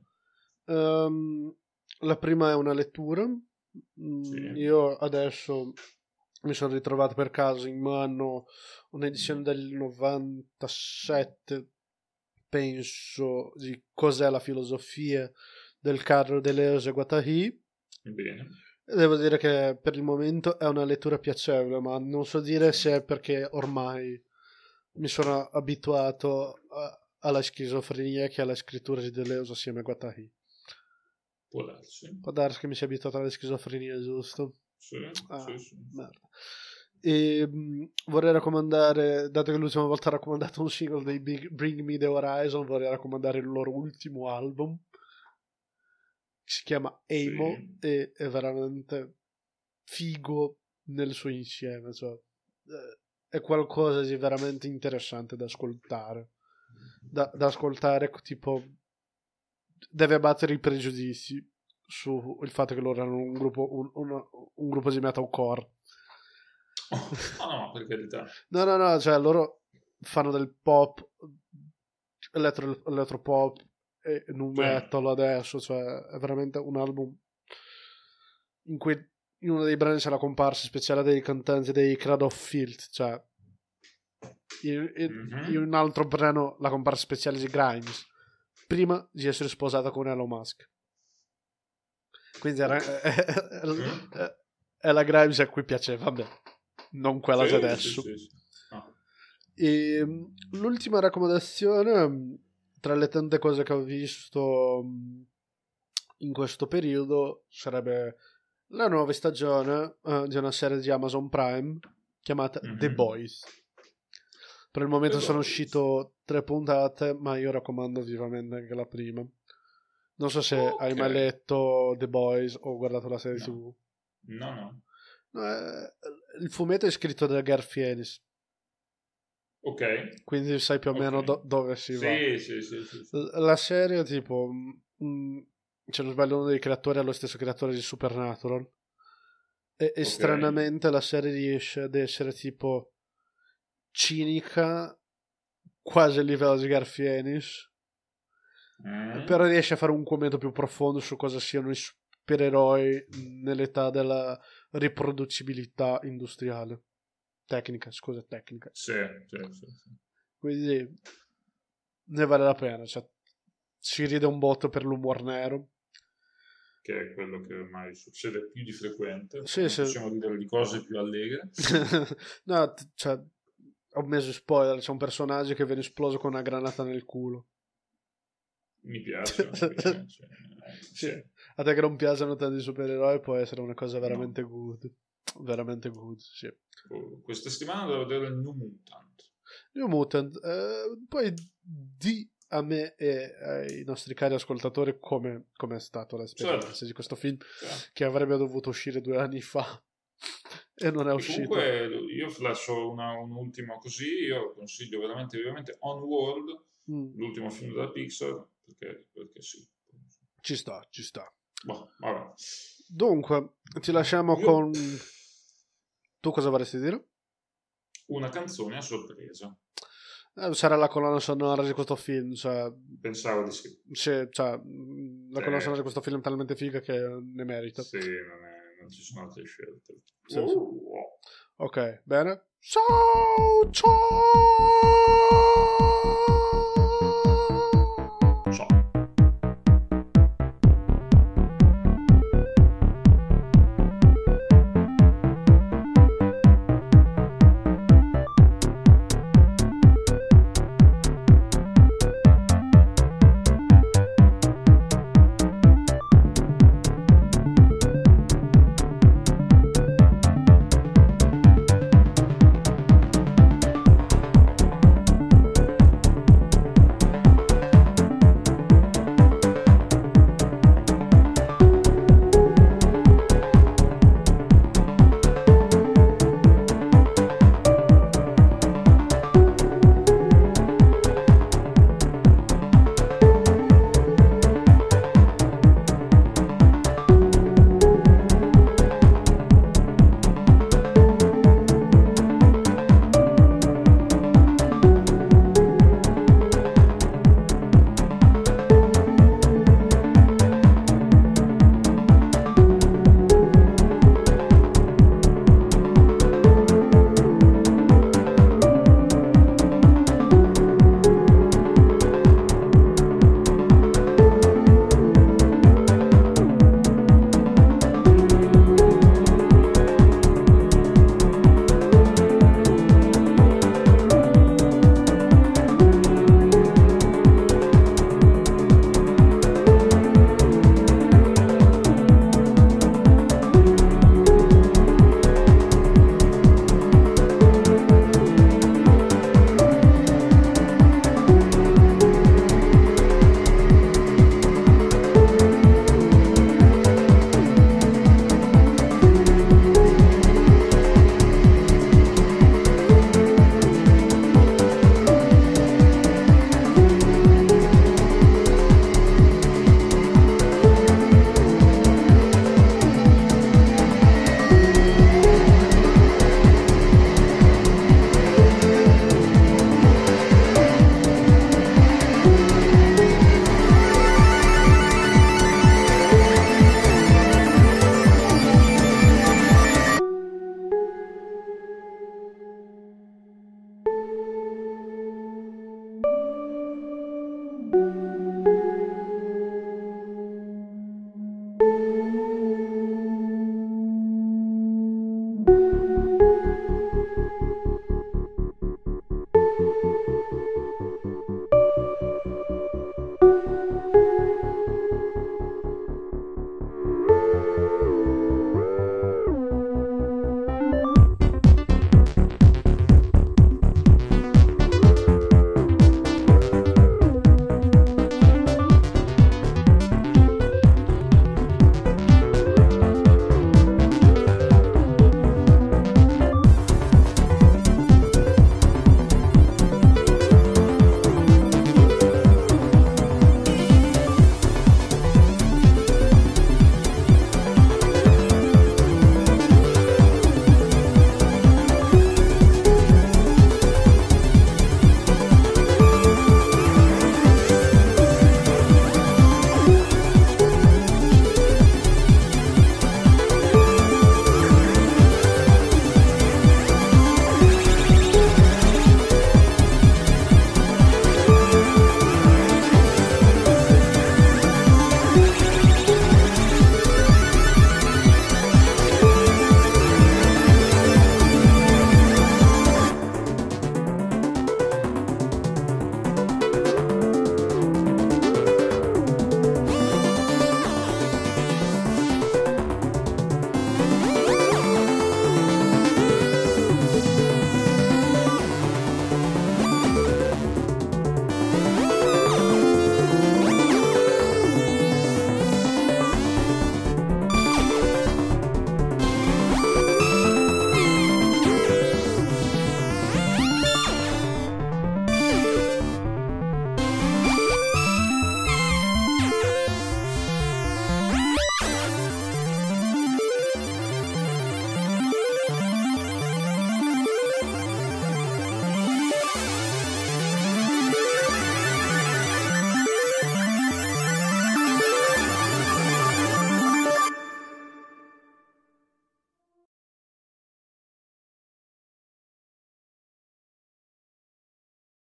La prima è una lettura. Sì. Io adesso mi sono ritrovato per caso in mano un'edizione del 97, penso, di Cos'è la filosofia del Carlo Deleuze e Guattari. Bene. Devo dire che per il momento è una lettura piacevole, ma non so dire se è perché ormai mi sono abituato alla schizofrenia che alla scrittura di Deleuze assieme a Guattari. Può darsi. Può darsi che mi sia abituato alla schizofrenia, giusto? Sì. Merda. E vorrei raccomandare, dato che l'ultima volta ho raccomandato un singolo dei Bring Me The Horizon, vorrei raccomandare il loro ultimo album, che si chiama Emo, e è veramente figo nel suo insieme, cioè è qualcosa di veramente interessante da ascoltare, da ascoltare, tipo deve abbattere i pregiudizi sul fatto che loro erano un gruppo di metalcore. No, per carità. No, cioè loro fanno del pop, elettropop e nu metal adesso, cioè è veramente un album in cui in uno dei brani c'è la comparsa speciale dei cantanti dei Cradle of Filth, cioè in un altro brano la comparsa speciale di Grimes, prima di essere sposata con Elon Musk. Quindi è la Grimes a cui piaceva a me, non quella di adesso. Sì. E l'ultima raccomandazione, tra le tante cose che ho visto in questo periodo, sarebbe la nuova stagione di una serie di Amazon Prime chiamata The Boys. Per il momento sono uscito 3 puntate, ma io raccomando vivamente anche la prima. Non so se hai mai letto The Boys o guardato la serie TV. No. Il fumetto è scritto da Garth Ennis. Ok. Quindi sai più o meno dove si va. Sì. La serie, tipo, se non sbaglio, uno dei creatori è lo stesso creatore di Supernatural. E stranamente la serie riesce ad essere tipo cinica, quasi a livello di Garth Ennis. Però riesce a fare un commento più profondo su cosa siano i supereroi nell'età della riproducibilità industriale. Tecnica. Sì. Quindi ne vale la pena, cioè, si ride un botto per l'umor nero, che è quello che ormai succede più di frequente. Sì. Possiamo ridere di cose più allegre. No, cioè, ho messo spoiler, c'è un personaggio che viene esploso con una granata nel culo. Mi piace. Sì. A te che non piacciono tanti supereroi può essere una cosa veramente good. Veramente good, sì. Questa settimana devo vedere il New Mutant. Poi di a me e ai nostri cari ascoltatori come è stata l'esperienza di questo film che avrebbe dovuto uscire 2 anni fa e non è uscito. Comunque io lascio un ultimo così, io consiglio veramente Onward, l'ultimo film della Pixar, perché sì. Ci sta. Boh, vabbè. Dunque, ti lasciamo con... Tu cosa vorresti dire? Una canzone a sorpresa. Sarà la colonna sonora di questo film, cioè... Pensavo di sì. Sì, cioè, la colonna sonora di questo film è talmente figa che ne merita. Sì, non ci sono altre scelte. Sì. Ok, bene. Ciao ciao.